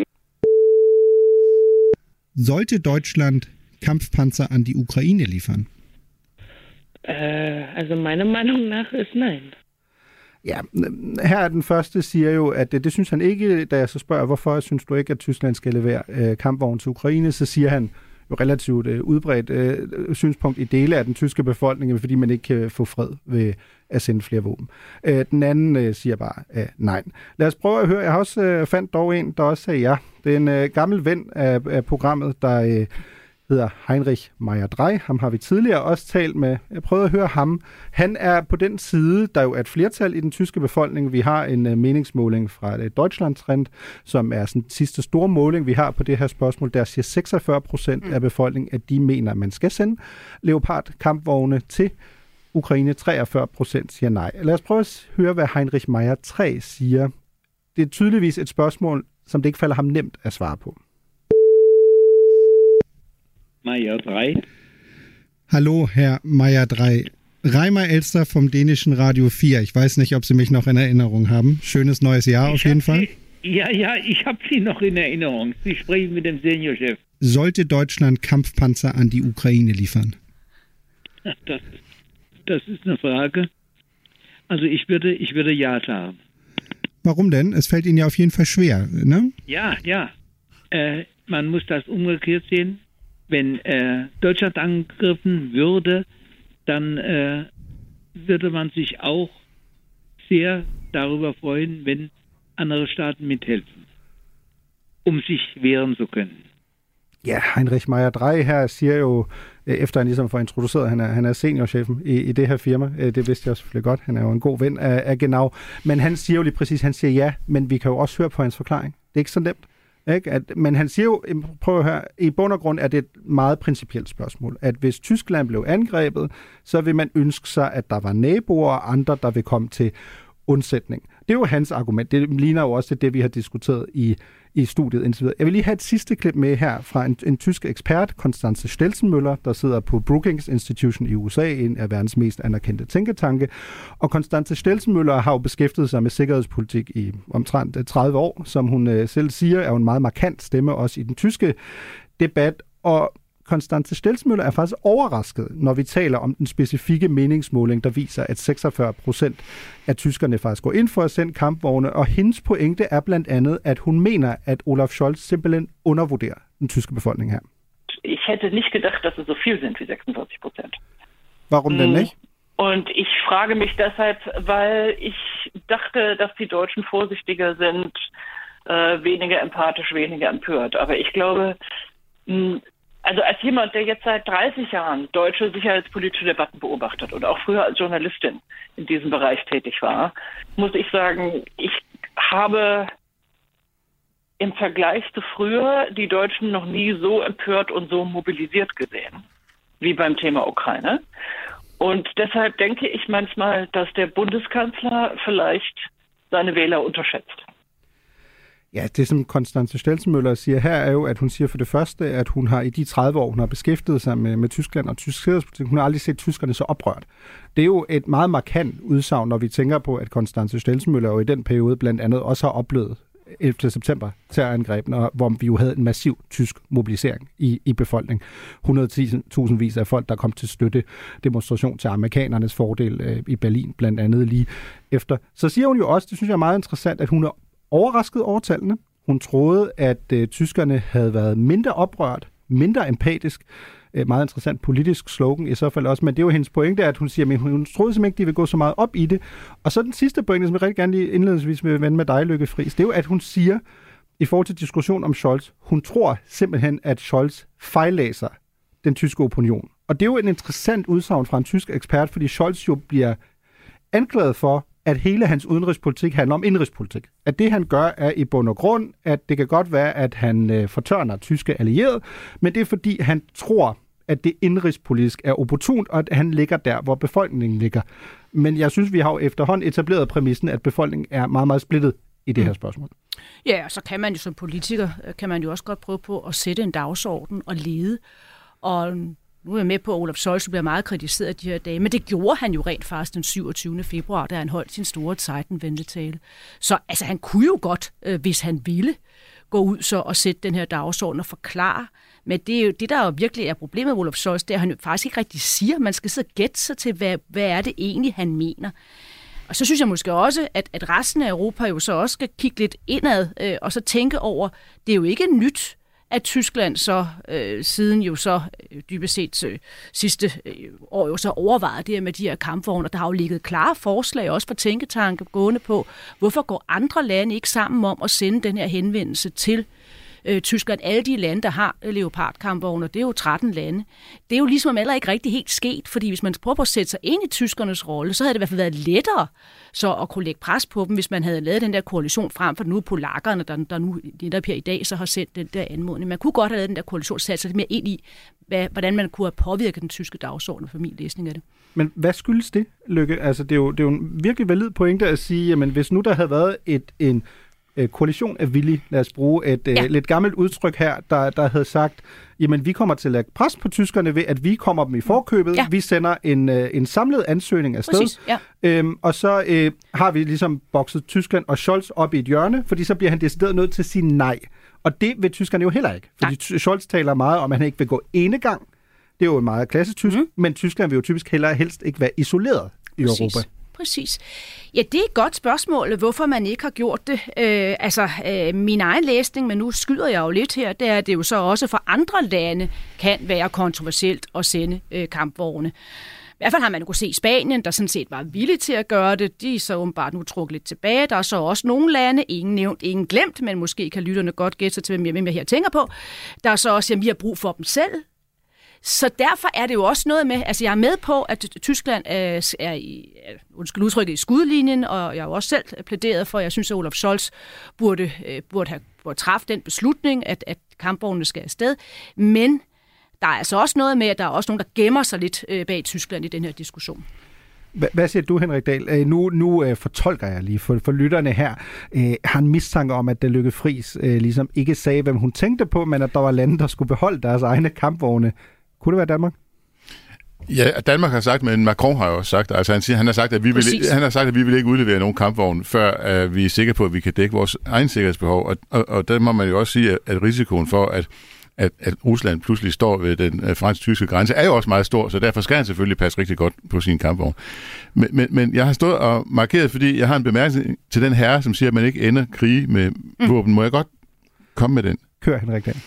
D: Sollte Deutschland Kampfpanzer an die Ukraine liefern?
J: Äh, also meiner Meinung nach ist nein.
C: Ja, her er den første, siger jo, at det, det synes han ikke, da jeg så spørger, hvorfor synes du ikke, at Tyskland skal levere øh, kampvogne til Ukraine, så siger han jo relativt øh, udbredt øh, synspunkt i dele af den tyske befolkning, fordi man ikke kan få fred ved at sende flere våben. Øh, den anden øh, siger bare øh, nej. Lad os prøve at høre. Jeg har også øh, fandt dog en, der også sagde ja. Det er en øh, gammel ven af, af programmet, der øh, hedder Heinrich Meyer-Drey. Ham har vi tidligere også talt med. Jeg prøvede at høre ham. Han er på den side, der jo er et flertal i den tyske befolkning. Vi har en uh, meningsmåling fra uh, Deutschland-trend, som er sådan den sidste store måling, vi har på det her spørgsmål. Der siger seksogfyrre procent mm. af befolkningen, at de mener, at man skal sende Leopard-kampvogne til Ukraine. treogfyrre procent siger nej. Lad os prøve at høre, hvad Heinrich Meyer-Drey siger. Det er tydeligvis et spørgsmål, som det ikke falder ham nemt at svare på.
K: Meyer-Drey.
D: Hallo, Herr Meyer-Drey. Reimer Elster vom dänischen Radio vier. Ich weiß nicht, ob Sie mich noch in Erinnerung haben. Schönes neues Jahr auf jeden Fall.
K: Ja, ja, ich habe Sie noch in Erinnerung. Sie sprechen mit dem Seniorchef.
D: Sollte Deutschland Kampfpanzer an die Ukraine liefern?
K: Das, das ist eine Frage. Also ich würde, ich würde ja sagen.
D: Warum denn? Es fällt Ihnen ja auf jeden Fall schwer, ne?
K: Ja, ja. Äh, man muss das umgekehrt sehen. Wenn äh, Deutschland angegriffen würde, dann äh, würde man sich auch sehr darüber freuen, wenn andere Staaten mithelfen, um sich wehren zu können.
C: Ja, Heinrich Meyer-Drey her siger jo, efter han ligesom får introduceret, han er, han er seniorchefen i, i det her firma. Det vidste jeg selvfølgelig godt. Han er jo en god ven af, af Genau. Men han siger jo lige præcis, han siger ja, men vi kan jo også høre på hans forklaring. Det er ikke så nemt. Ikke? At, men han siger jo, prøv at høre, i bund og grund er det et meget principielt spørgsmål, at hvis Tyskland blev angrebet, så vil man ønske sig, at der var naboer og andre, der vil komme til undsætning. Det er jo hans argument. Det ligner jo også det, vi har diskuteret i, i studiet indtil videre. Jeg vil lige have et sidste klip med her fra en, en tysk ekspert, Constanze Stelzenmüller, der sidder på Brookings Institution i U S A, en af verdens mest anerkendte tænketanke. Og Constanze Stelzenmüller har jo beskæftiget sig med sikkerhedspolitik i omtrent tredive år, som hun øh, selv siger, er jo en meget markant stemme også i den tyske debat. Og Constanze Stelzmøller er faktisk overrasket, når vi taler om den specifikke meningsmåling, der viser, at seksogfyrre procent af tyskerne faktisk går ind for at sende kampvogne, og hendes pointe er blandt andet, at hun mener, at Olaf Scholz simpelthen undervurderer den tyske befolkning her.
L: Ich hätte nicht gedacht, dass es so viel sind wie sechsundvierzig Prozent.
C: Warum denn nicht?
L: Und ich frage mich deshalb, weil ich dachte, dass die Deutschen vorsichtiger sind, äh, weniger empathisch, weniger empört. Aber ich glaube, mh, also als jemand, der jetzt seit dreißig Jahren deutsche sicherheitspolitische Debatten beobachtet und auch früher als Journalistin in diesem Bereich tätig war, muss ich sagen, ich habe im Vergleich zu früher die Deutschen noch nie so empört und so mobilisiert gesehen wie beim Thema Ukraine. Und deshalb denke ich manchmal, dass der Bundeskanzler vielleicht seine Wähler unterschätzt.
C: Ja, det som Constanze Stelzmøller siger her, er jo, at hun siger for det første, at hun har i de tredive år, hun har beskæftiget sig med, med Tyskland og tysk sikkerhedspolitik, hun har aldrig set tyskerne så oprørt. Det er jo et meget markant udsagn, når vi tænker på, at Constanze Stelzmøller jo i den periode blandt andet også har oplevet ellevte september terrorangrebene, hvor vi jo havde en massiv tysk mobilisering i, i befolkningen. hundrede tusind vis af folk, der kom til støtte demonstration til amerikanernes fordel øh, i Berlin, blandt andet lige efter. Så siger hun jo også, det synes jeg er meget interessant, at hun er overrasket over tallene. Hun troede, at øh, tyskerne havde været mindre oprørt, mindre empatisk. Øh, meget interessant politisk slogan i så fald også, men det er jo hendes pointe, at hun siger, at hun troede simpelthen ikke, de vil gå så meget op i det. Og så den sidste pointe, som jeg rigtig gerne lige indledningsvis vil vende med dig, Lykke Friis, det er jo, at hun siger, i forhold til diskussion om Scholz, hun tror simpelthen, at Scholz fejllæser den tyske opinion. Og det er jo en interessant udsagn fra en tysk ekspert, fordi Scholz jo bliver anklaget for, at hele hans udenrigspolitik handler om indrigspolitik. At det, han gør, er i bund og grund, at det kan godt være, at han øh, fortørner tyske allierede, men det er fordi, han tror, at det indrigspolitisk er opportunt, og at han ligger der, hvor befolkningen ligger. Men jeg synes, vi har jo efterhånden etableret præmissen, at befolkningen er meget, meget splittet i det her spørgsmål.
G: Ja, og så kan man jo som politiker, kan man jo også godt prøve på at sætte en dagsorden og lede. Og nu er jeg med på, at Olaf Scholz bliver meget kritiseret de her dage, men det gjorde han jo rent faktisk den syvogtyvende februar, da han holdt sin store Zeitenwende-tale. Så altså, han kunne jo godt, øh, hvis han ville, gå ud så og sætte den her dagsorden og forklare. Men det, er jo, det, der jo virkelig er problemet med Olaf Scholz, det er, at han jo faktisk ikke rigtig siger. Man skal sidde og gætte sig til, hvad, hvad er det egentlig, han mener. Og så synes jeg måske også, at, at resten af Europa jo så også skal kigge lidt indad, øh, og så tænke over, det er jo ikke nyt, at Tyskland så øh, siden jo så øh, dybest set øh, sidste øh, år jo så overvejet det her med de her kampvogne, og der har jo ligget klare forslag også fra tænketanke gående på, hvorfor går andre lande ikke sammen om at sende den her henvendelse til øh, Tyskland. Alle de lande, der har Leopard-kampvogne, det er jo tretten lande. Det er jo ligesom heller ikke rigtig helt sket, fordi hvis man prøver på at sætte sig ind i tyskernes rolle, så havde det i hvert fald været lettere så at kunne lægge pres på dem, hvis man havde lavet den der koalition frem for nu polakkerne, der, der nu netop her i dag så har sendt den der anmodning. Man kunne godt have lavet den der koalition, sat sig lidt mere ind i, hvad, hvordan man kunne have påvirket den tyske dagsorden for min læsning af det.
C: Men hvad skyldes det, Lykke? Altså, det er jo, det er jo en virkelig valid pointe at sige, jamen hvis nu der havde været et, en koalition af villige, lad os bruge et ja. uh, lidt gammelt udtryk her, der, der havde sagt, jamen vi kommer til at lægge pres på tyskerne ved, at vi kommer dem i forkøbet, ja. vi sender en, uh, en samlet ansøgning afsted,
G: Præcis, ja.
C: øhm, og så uh, har vi ligesom bokset Tyskland og Scholz op i et hjørne, fordi så bliver han decideret nødt til at sige nej. Og det vil tyskerne jo heller ikke, fordi nej. Scholz taler meget om, at han ikke vil gå enegang. Det er jo meget klassisk tysk, mm. men Tyskland vil jo typisk heller helst ikke være isoleret i Præcis. Europa.
G: Præcis. Ja, det er et godt spørgsmål, hvorfor man ikke har gjort det. Øh, altså, øh, min egen læsning, men nu skyder jeg jo lidt her, det er, at det jo så også for andre lande kan være kontroversielt at sende øh, kampvogne. I hvert fald har man jo kunne se Spanien, der sådan set var villige til at gøre det. De er så åbenbart nu trukket lidt tilbage. Der er så også nogle lande, ingen nævnt, ingen glemt, men måske kan lytterne godt gætte sig til, hvem jeg her tænker på. Der er så også, at vi har brug for dem selv. Så derfor er det jo også noget med, altså jeg er med på, at Tyskland er, er i, undskyld udtrykket, i skudlinjen, og jeg har jo også selv plæderet for, at jeg synes, at Olaf Scholz burde, burde have burde træffe den beslutning, at, at kampvognene skal afsted. Men der er altså også noget med, at der er også nogen, der gemmer sig lidt bag Tyskland i den her diskussion.
C: Hvad siger du, Henrik Dahl? Nu, nu uh, fortolker jeg lige for, for lytterne her. Uh, har en mistanke om, at det Lykke Friis uh, ligesom ikke sagde, hvem hun tænkte på, men at der var lande, der skulle beholde deres egne kampvogne. Kunne det være Danmark?
F: Ja, Danmark har sagt, men Macron har jo også sagt, altså han, siger, han har sagt, at vi vil, han har sagt, at vi vil ikke udlevere nogen kampvogne, før uh, vi er sikre på, at vi kan dække vores egen sikkerhedsbehov. Og, og, og der må man jo også sige, at risikoen for, at at, at Rusland pludselig står ved den uh, fransk-tyske grænse, er jo også meget stor, så derfor skal han selvfølgelig passe rigtig godt på sin kampvogn. Men, men, men jeg har stået og markeret, fordi jeg har en bemærkning til den herre, som siger, at man ikke ender krige med mm. våben. Må jeg godt komme med den?
C: Kør, Henrik Dahl.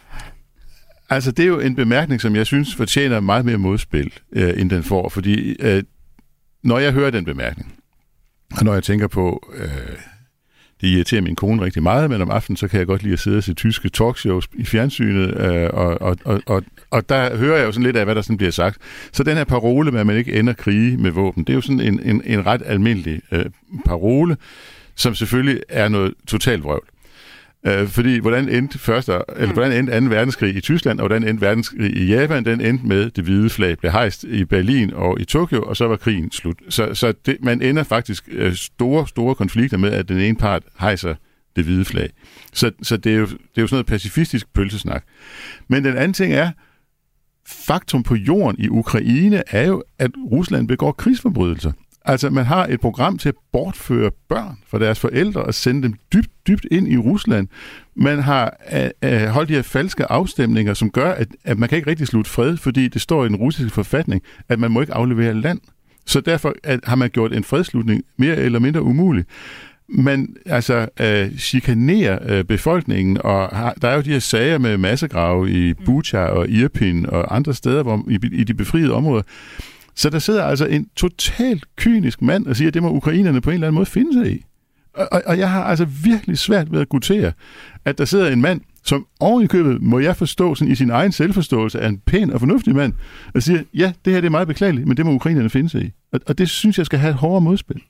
F: Altså, det er jo en bemærkning, som jeg synes fortjener meget mere modspil, øh, end den får, fordi øh, når jeg hører den bemærkning, og når jeg tænker på, øh, det irriterer min kone rigtig meget, men om aftenen, så kan jeg godt lide at sidde og se tyske talkshows i fjernsynet, øh, og, og, og, og, og der hører jeg jo sådan lidt af, hvad der sådan bliver sagt. Så den her parole med, at man ikke ender krige med våben, det er jo sådan en, en, en ret almindelig øh, parole, som selvfølgelig er noget totalt vrøvl. Øh, fordi hvordan endte, første, eller hvordan endte anden verdenskrig i Tyskland, og hvordan endte verdenskrig i Japan, den endte med, det hvide flag blev hejst i Berlin og i Tokyo, og så var krigen slut. Så, så det, man ender faktisk øh, store, store konflikter med, at den ene part hejser det hvide flag. Så, så det, er jo, det er jo sådan noget pacifistisk pølsesnak. Men den anden ting er, faktum på jorden i Ukraine er jo, at Rusland begår krigsforbrydelser. Altså, man har et program til at bortføre børn fra deres forældre og sende dem dybt, dybt ind i Rusland. Man har uh, uh, holdt de her falske afstemninger, som gør, at, at man kan ikke rigtig slutte fred, fordi det står i den russiske forfatning, at man må ikke aflevere land. Så derfor at, har man gjort en fredslutning mere eller mindre umulig. Man altså uh, chikanerer uh, befolkningen, og har, der er jo de her sager med massegrave i Bucha og Irpin og andre steder hvor, i, i de befriede områder. Så der sidder altså en totalt kynisk mand og siger, at det må ukrainerne på en eller anden måde finde sig i. Og, og, og jeg har altså virkelig svært ved at guttere, at der sidder en mand, som oven i købet, må jeg forstå sådan i sin egen selvforståelse, er en pæn og fornuftig mand, og siger, ja, det her det er meget beklageligt, men det må ukrainerne finde sig i. Og, og det synes jeg skal have et hårdere modspil.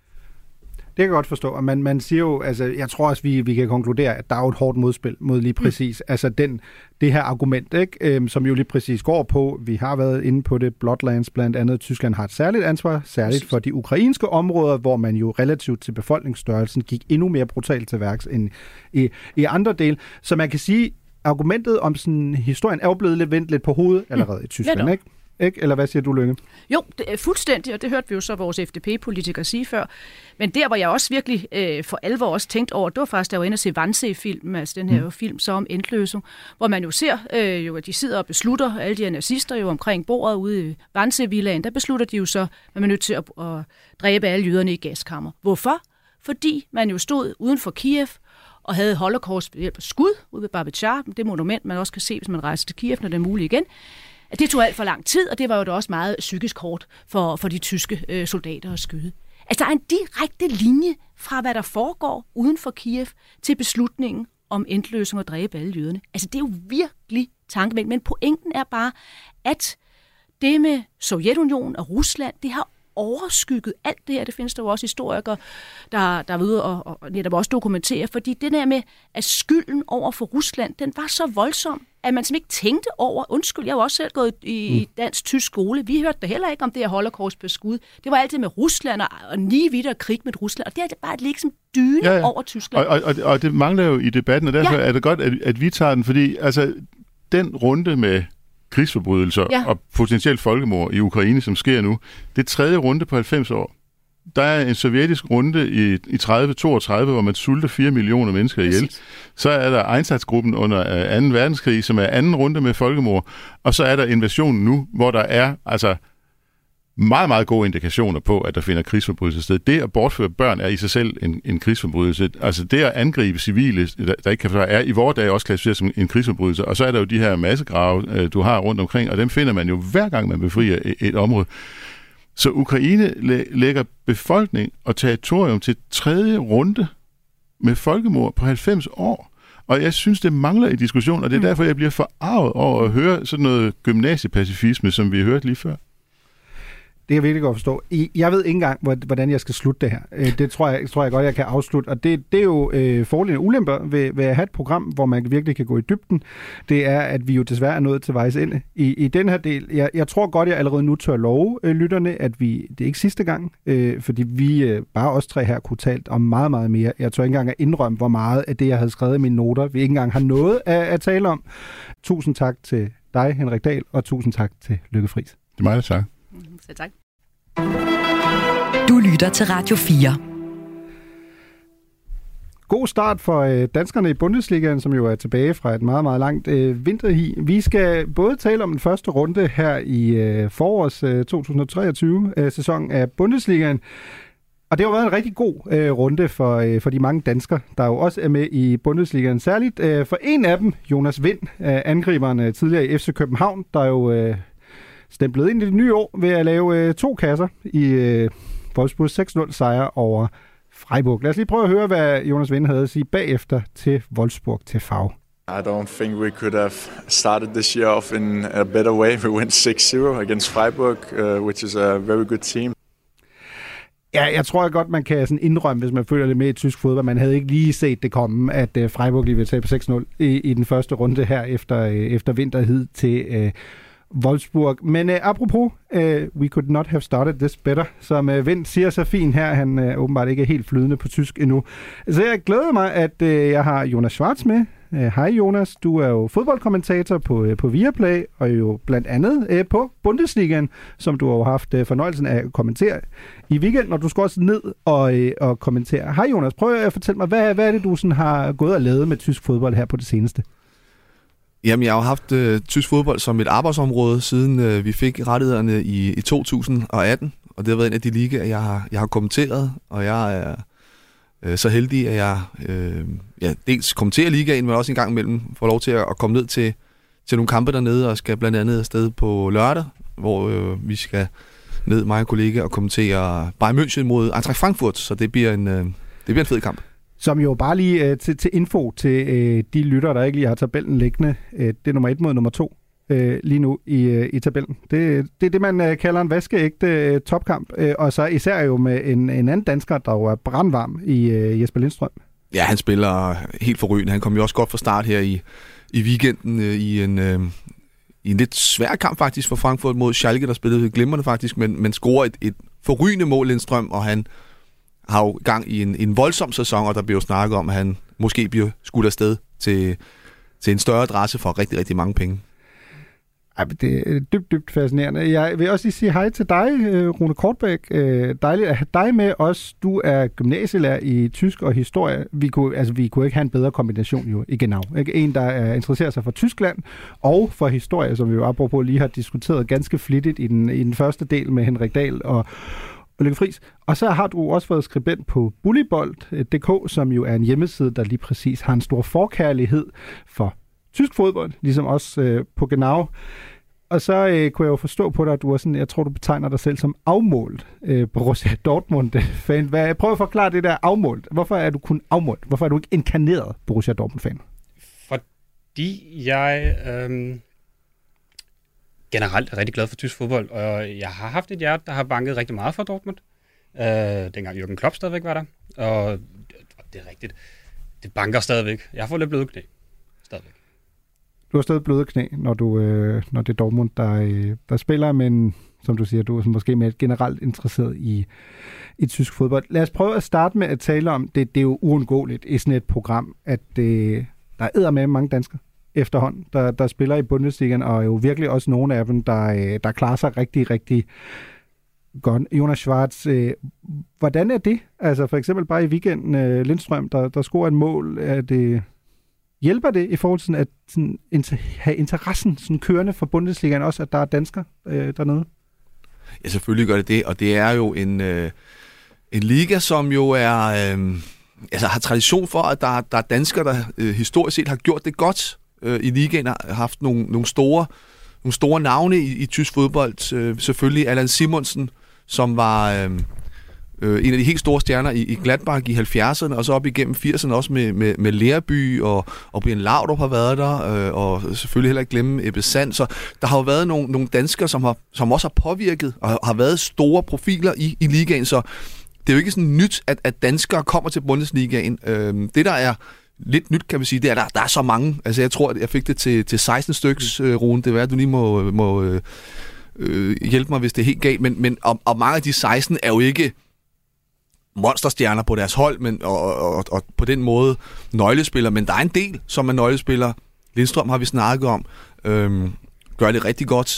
C: Det kan jeg godt forstå, og man, man siger jo, altså jeg tror også, vi, vi kan konkludere, at der er jo et hårdt modspil mod lige præcis, mm. altså den, det her argument, ikke, øhm, som jo lige præcis går på, vi har været inde på det, Bloodlands blandt andet, Tyskland har et særligt ansvar, særligt for de ukrainske områder, hvor man jo relativt til befolkningsstørrelsen gik endnu mere brutalt til værks end i, i andre dele. Så man kan sige, argumentet om sådan historien er jo blevet lidt vendt lidt på hovedet allerede mm. i Tyskland,
G: ja,
C: ikke? Ikke? Eller hvad siger du, Lynge?
G: Jo, det er fuldstændig, og det hørte vi jo så vores F D P-politikere sige før. Men der, hvor jeg også virkelig øh, for alvor også tænkt over, det var faktisk, der var inde at se Wannsee-filmen, altså den her mm. film så om endløsning, hvor man jo ser, øh, jo, at de sidder og beslutter, alle de her nazister jo omkring bordet ude i Wannsee-villaen, der beslutter de jo så, at man er nødt til at, at dræbe alle jøderne i gaskammer. Hvorfor? Fordi man jo stod uden for Kiev og havde holocaust ved hjælp af skud ude ved Babachar, det monument, man også kan se, hvis man rejser til Kiev, når det er muligt igen. Det tog alt for lang tid, og det var jo da også meget psykisk hårdt for, for de tyske øh, soldater at skyde. Altså, der er en direkte linje fra, hvad der foregår uden for Kiev, til beslutningen om endløsning og dræbe alle jøderne. Altså, det er jo virkelig tankevækkende. Men pointen er bare, at det med Sovjetunionen og Rusland, det har overskygget alt det her. Det findes der jo også historikere, der, der er ude og, og netop også dokumentere, fordi det der med, at skylden over for Rusland, den var så voldsom, at man simpelthen ikke tænkte over, undskyld, jeg har jo også selv gået i mm. dansk-tysk skole, vi hørte da heller ikke om det her holocaust på skud. Det var altid med Rusland og, og lige vidt og krig med Rusland, og det er bare et liksom dyne ja, ja. over Tyskland.
F: Og, og, og det mangler jo i debatten, og derfor ja. er det godt, at, at vi tager den, fordi altså, den runde med krigsforbrydelser ja. og potentielt folkemord i Ukraine, som sker nu, det er tredje runde på halvfems år. Der er en sovjetisk runde i, i tredive toogtredive, hvor man sulter fire millioner mennesker ihjel. Så er der Einsatzgruppen under anden verdenskrig, som er anden runde med folkemord. Og så er der invasionen nu, hvor der er altså meget, meget gode indikationer på, at der finder krigsforbrydelser sted. Det at bortføre børn er i sig selv en, en krigsforbrydelse. Altså det at angribe civile, der, der ikke kan forsvare, er i vores dag også klassificeret som en krigsforbrydelse. Og så er der jo de her massegrave, du har rundt omkring, og dem finder man jo hver gang, man befrier et, et område. Så Ukraine læ- lægger befolkning og territorium til tredje runde med folkemord på halvfems år. Og jeg synes, det mangler i diskussion, og det er derfor, jeg bliver forarvet over at høre sådan noget gymnasiepacifisme, som vi hørte lige før.
C: Det kan jeg virkelig godt forstå. Jeg ved ikke engang, hvordan jeg skal slutte det her. Det tror jeg, tror jeg godt, jeg kan afslutte. Og det, det er jo øh, fordele og ulemper ved, ved at have et program, hvor man virkelig kan gå i dybden. Det er, at vi jo desværre er nået til vejs ende i, i den her del. Jeg, jeg tror godt, jeg allerede nu tør love øh, lytterne, at vi, det er ikke sidste gang, øh, fordi vi øh, bare os tre her kunne talt om meget, meget mere. Jeg tør ikke engang at indrømme, hvor meget af det, jeg havde skrevet i mine noter, vi ikke engang har noget at, at tale om. Tusind tak til dig, Henrik Dahl, og tusind tak til Lykke Friis.
F: Det er mig, der tak.
G: Selv tak.
B: Du lytter til Radio fire.
C: god start for øh, danskerne i Bundesligaen, som jo er tilbage fra et meget, meget langt øh, vinterhi. Vi skal både tale om den første runde her i øh, forårs øh, to tusind treogtyve-sæson af Bundesligaen. Og det har været en rigtig god øh, runde for, øh, for de mange danskere, der jo også er med i Bundesligaen. Særligt øh, for en af dem, Jonas Wind, øh, angriberen øh, tidligere i F C København, der jo øh, stemplede ind i det nye år ved at lave øh, to kasser i øh, Wolfsburg seks nul sejr over Freiburg. Lad os lige prøve at høre, hvad Jonas Wind havde at sige bagefter til Wolfsburg T V.
M: I don't think we could have started this year off in a better way. We went six zero against Freiburg, uh, which is a very good team.
C: Ja, jeg tror godt, man kan sådan indrømme, hvis man følger lidt med i tysk fodbold. Man havde ikke lige set det komme, at uh, Freiburg lige ville tabe seks nul i, i den første runde her efter, uh, efter vinterhid til uh, Wolfsburg. Men uh, apropos, uh, we could not have started this better, som uh, Wind siger så fint her. Han uh, åbenbart ikke er helt flydende på tysk endnu. Så jeg glæder mig, at uh, jeg har Jonas Schwartz med. Hej uh, Jonas, du er jo fodboldkommentator på, uh, på Viaplay, og jo blandt andet uh, på Bundesligaen, som du har haft uh, fornøjelsen af at kommentere i weekenden, og du skal også ned og, uh, og kommentere. Hej Jonas, prøv at fortælle mig, hvad, hvad er det, du sådan har gået og lavet med tysk fodbold her på det seneste?
N: Jamen, jeg har jo haft uh, tysk fodbold som et arbejdsområde, siden uh, vi fik rettighederne i, i to tusind atten, og det har været en af de ligaer, jeg har, jeg har kommenteret, og jeg er så heldig, at jeg øh, ja, dels kommenterer ligaen, men også en gang imellem får lov til at, at komme ned til, til nogle kampe dernede, og skal blandt andet afsted på lørdag, hvor øh, vi skal ned, mig og kollega, og kommentere Bayern München mod Eintracht Frankfurt, så det bliver en, øh, det bliver en fed kamp. Som jo bare lige øh, til, til info til øh, de lyttere, der ikke lige har tabellen liggende, øh, det er nummer et mod nummer to øh, lige nu i, øh, i tabellen. Det, det er det, man øh, kalder en vaskeægte øh, topkamp, øh, og så især jo med en, en anden dansker, der jo er brandvarm i øh, Jesper Lindstrøm. Ja, han spiller helt forrygende. Han kom jo også godt fra start her i, i weekenden øh, i en... Øh, i en lidt svær kamp faktisk for Frankfurt mod Schalke, der spillede glimrende faktisk, men, men scorer et, et forrygende mål, Lindstrøm, og han har jo gang i en, en voldsom sæson, og der bliver jo snakket om, at han måske bliver skudt afsted til, til en større adresse for rigtig, rigtig mange penge. Ej, det er dybt, dybt fascinerende. Jeg vil også lige sige hej til dig, Rune Kortbæk. Dejligt at have dig med os. Du er gymnasielærer i tysk og historie. Vi kunne, altså, vi kunne ikke have en bedre kombination jo i Genau. En, der er interesserer sig for Tyskland og for historie, som vi jo apropos lige har diskuteret ganske flittigt i den, i den første del med Henrik Dahl og Lykke Friis. Og så har du også været skribent på bullybold punktum d k, som jo er en hjemmeside, der lige præcis har en stor forkærlighed for tysk fodbold, ligesom også øh, på Genau. Og så øh, kunne jeg jo forstå på dig, at du er sådan, jeg tror, du betegner dig selv som afmålt øh, Borussia Dortmund-fan. Hvad, prøv at forklare det der afmålt. Hvorfor er du kun afmålt? Hvorfor er du ikke inkarneret Borussia Dortmund-fan?
O: Fordi jeg øh, generelt er rigtig glad for tysk fodbold, og jeg har haft et hjerte, der har banket rigtig meget for Dortmund. Øh, dengang Jürgen Klopp stadigvæk var der, og det er rigtigt. Det banker stadigvæk. Jeg har fået lidt bløde knæ. Stadigvæk. Du har stadig bløde knæ, når, du, øh, når det er Dortmund, der, øh, der spiller, men som du siger, du er måske mere generelt interesseret i, i tysk fodbold. Lad os prøve at starte med at tale om, det, det er jo uundgåeligt i sådan et program, at øh, der er med mange danskere efterhånden, der, der spiller i Bundesligaen, og jo virkelig også nogle af dem, der, øh, der klarer sig rigtig, rigtig godt. Jonas Schwartz, øh, hvordan er det? Altså for eksempel bare i weekenden, øh, Lindstrøm, der, der scorer et mål, er det... Hjælper det i forhold til at sådan, inter- have interessen sådan, kørende for Bundesligaen også, at der er danskere øh, dernede? Ja, selvfølgelig gør det det, og det er jo en, øh, en liga, som jo er, øh, altså, har tradition for, at der, der er danskere, der øh, historisk set har gjort det godt øh, i ligaen, har haft nogle, nogle, store, nogle store navne i, i tysk fodbold. Øh, selvfølgelig Allan Simonsen, som var... Øh, Øh, en af de helt store stjerner i, i Gladbach i halvfjerdserne, og så op igennem firserne også med, med, med Lerby, og, og Brian Laudrup har været der, øh, og selvfølgelig heller ikke glemme Ebbe Sand. Så der har jo været nogle, nogle danskere, som, har, som også har påvirket, og har været store profiler i, i ligaen, så det er jo ikke sådan nyt, at, at danskere kommer til Bundesligaen. Øh, det, der er lidt nyt, kan man sige, det er, at der, der er så mange. Altså, jeg tror, at jeg fik det til, til seksten styks, øh, Rune. Det er, at du lige må, må øh, hjælpe mig, hvis det er helt galt. Men, men og, og mange af de seksten er jo ikke monsterstjerner på deres hold, men, og, og, og på den måde nøglespillere, men der er en del, som er nøglespillere. Lindstrøm har vi snakket om, øhm, gør det rigtig godt.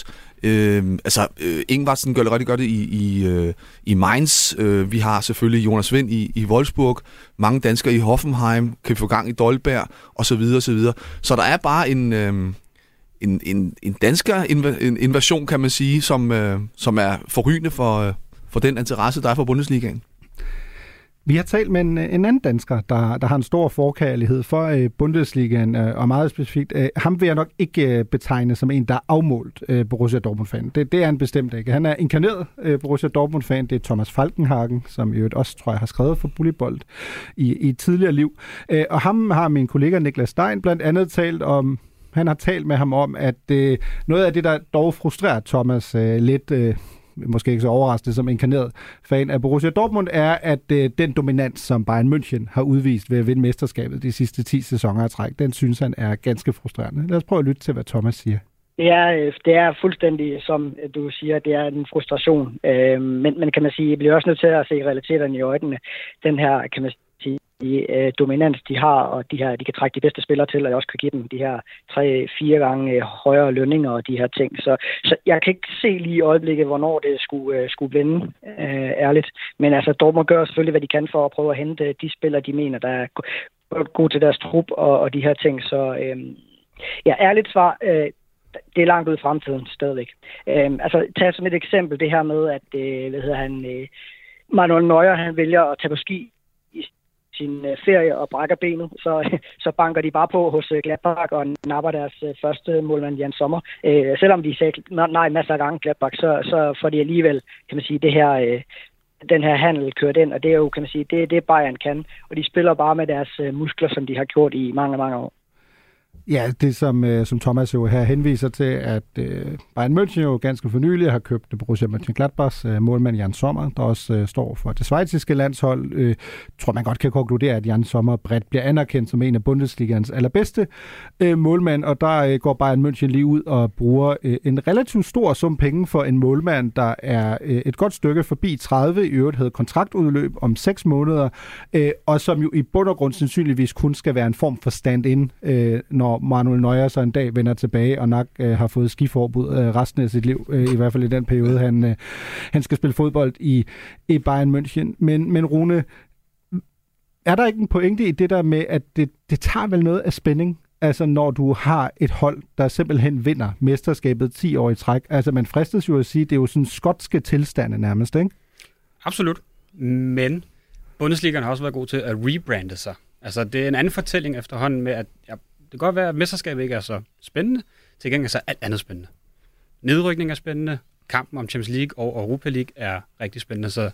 N: Øh, altså, øh, Ingvartsen gør det rigtig godt i, i, øh, i Mainz. Øh, vi har selvfølgelig Jonas Vind i, i Wolfsburg. Mange danskere i Hoffenheim. Kan vi få gang i Dolberg? Og så videre, og så videre. Så der er bare en, øh, en, en, en dansker inv- invasion, kan man sige, som, øh, som er forrygende for, øh, for den interesse, der er for Bundesligaen.
C: Vi har talt med en, en anden dansker, der, der har en stor forkærlighed for øh, Bundesligaen, øh, og meget specifikt. Øh, ham vil jeg nok ikke øh, betegne som en, der er afmålt øh, Borussia Dortmund-fan. Det, det er han bestemt ikke. Han er inkarneret øh, Borussia Dortmund-fan. Det er Thomas Falkenhagen, som i øvrigt også, tror jeg, har skrevet for Bullybold i, i et tidligere liv. Øh, og ham har min kollega Niklas Stein blandt andet talt om. Han har talt med ham om, at øh, noget af det, der dog frustrerer Thomas øh, lidt... Øh, måske ikke så overraskende som inkarneret fan af Borussia Dortmund, er, at øh, den dominans, som Bayern München har udvist ved at vinde mesterskabet de sidste ti sæsoner af træk, den synes han er ganske frustrerende. Lad os prøve at lytte til, hvad Thomas siger.
P: Det er, det er fuldstændig, som du siger, det er en frustration. Øh, men, men kan man sige, jeg bliver også nødt til at se realiteterne i øjnene. Den her, kan man sige, øh, dominans, de har, og de her, de kan trække de bedste spillere til, og jeg også kan give dem de her tre, fire gange øh, højere lønninger og de her ting. Så, så jeg kan ikke se lige i øjeblikket, hvornår det skulle, øh, skulle vinde, øh, ærligt. Men altså, Dortmund gør selvfølgelig, hvad de kan for at prøve at hente de spillere, de mener, der er gode til deres trup og, og de her ting. Så øh, ja, ærligt svar, øh, det er langt ud i fremtiden stadigvæk. Øh, altså, tag som et eksempel det her med, at øh, hvad hedder han, øh, Manuel Neuer, han vælger at tage på ski i sin ferie og brækker benet, så, så banker de bare på hos Gladbach og napper deres første målmand Jan Sommer. Øh, selvom de sagde nej masser af gange Gladbach, så, så får de alligevel, kan man sige, det her, øh, den her handel kørt ind, og det er jo, kan man sige, det er det Bayern kan, og de spiller bare med deres muskler, som de har gjort i mange, mange år.
C: Ja, det som, øh, som Thomas jo her henviser til, at øh, Bayern München jo ganske for nylig har købt Borussia Mönchengladbachs øh, målmand Jan Sommer, der også øh, står for det schweiziske landshold. Øh, tror man godt kan konkludere, at Jan Sommer bredt bliver anerkendt som en af Bundesligaens allerbedste øh, målmand, og der øh, går Bayern München lige ud og bruger øh, en relativt stor sum penge for en målmand, der er øh, et godt stykke forbi tredive, i øvrigt havde kontraktudløb om seks måneder, øh, og som jo i bund og grund sandsynligvis kun skal være en form for stand-in, øh, når Manuel Neuer så en dag vender tilbage, og nok øh, har fået skiforbud øh, resten af sit liv, øh, i hvert fald i den periode, han, øh, han skal spille fodbold i, i Bayern München. Men, men Rune, er der ikke en pointe i det der med, at det, det tager vel noget af spænding, altså når du har et hold, der simpelthen vinder mesterskabet ti år i træk? Altså man fristes jo at sige, det er jo sådan skotske tilstande nærmest, ikke?
O: Absolut, men Bundesligaen har også været god til at rebrande sig. Altså det er en anden fortælling efterhånden med, at ja, det kan godt være, at mesterskabet ikke er så spændende. Til gengæld så er alt andet spændende. Nedrykning er spændende. Kampen om Champions League og Europa League er rigtig spændende. Så,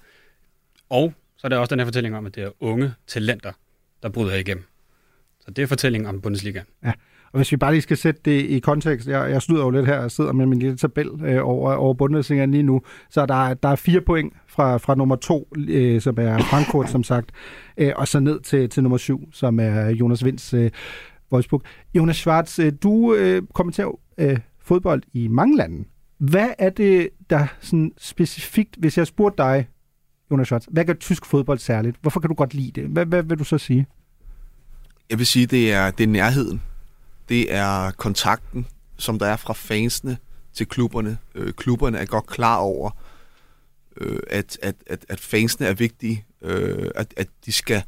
O: og så er der også den her fortælling om, at det er unge talenter, der bryder igennem. Så det er fortællingen om Bundesliga.
C: Ja, og hvis vi bare lige skal sætte det i kontekst. Jeg, jeg snyder jo lidt her og sidder med min lille tabel øh, over, over Bundesliga lige nu. Så der, der er fire point fra, fra nummer to, øh, som er Frankfurt, som sagt. Øh, og så ned til, til nummer syv, som er Jonas Vinds øh, Wolfsburg. Jonas Schwartz, du øh, kommenterer øh, fodbold i mange lande. Hvad er det, der sådan specifikt, hvis jeg spurgte dig, Jonas Schwartz, hvad gør tysk fodbold særligt? Hvorfor kan du godt lide det? Hvad, hvad vil du så sige?
N: Jeg vil sige, det er, det er nærheden. Det er kontakten, som der er fra fansene til klubberne. Øh, klubberne er godt klar over, øh, at, at, at, at fansene er vigtige. Øh, at, at de skal...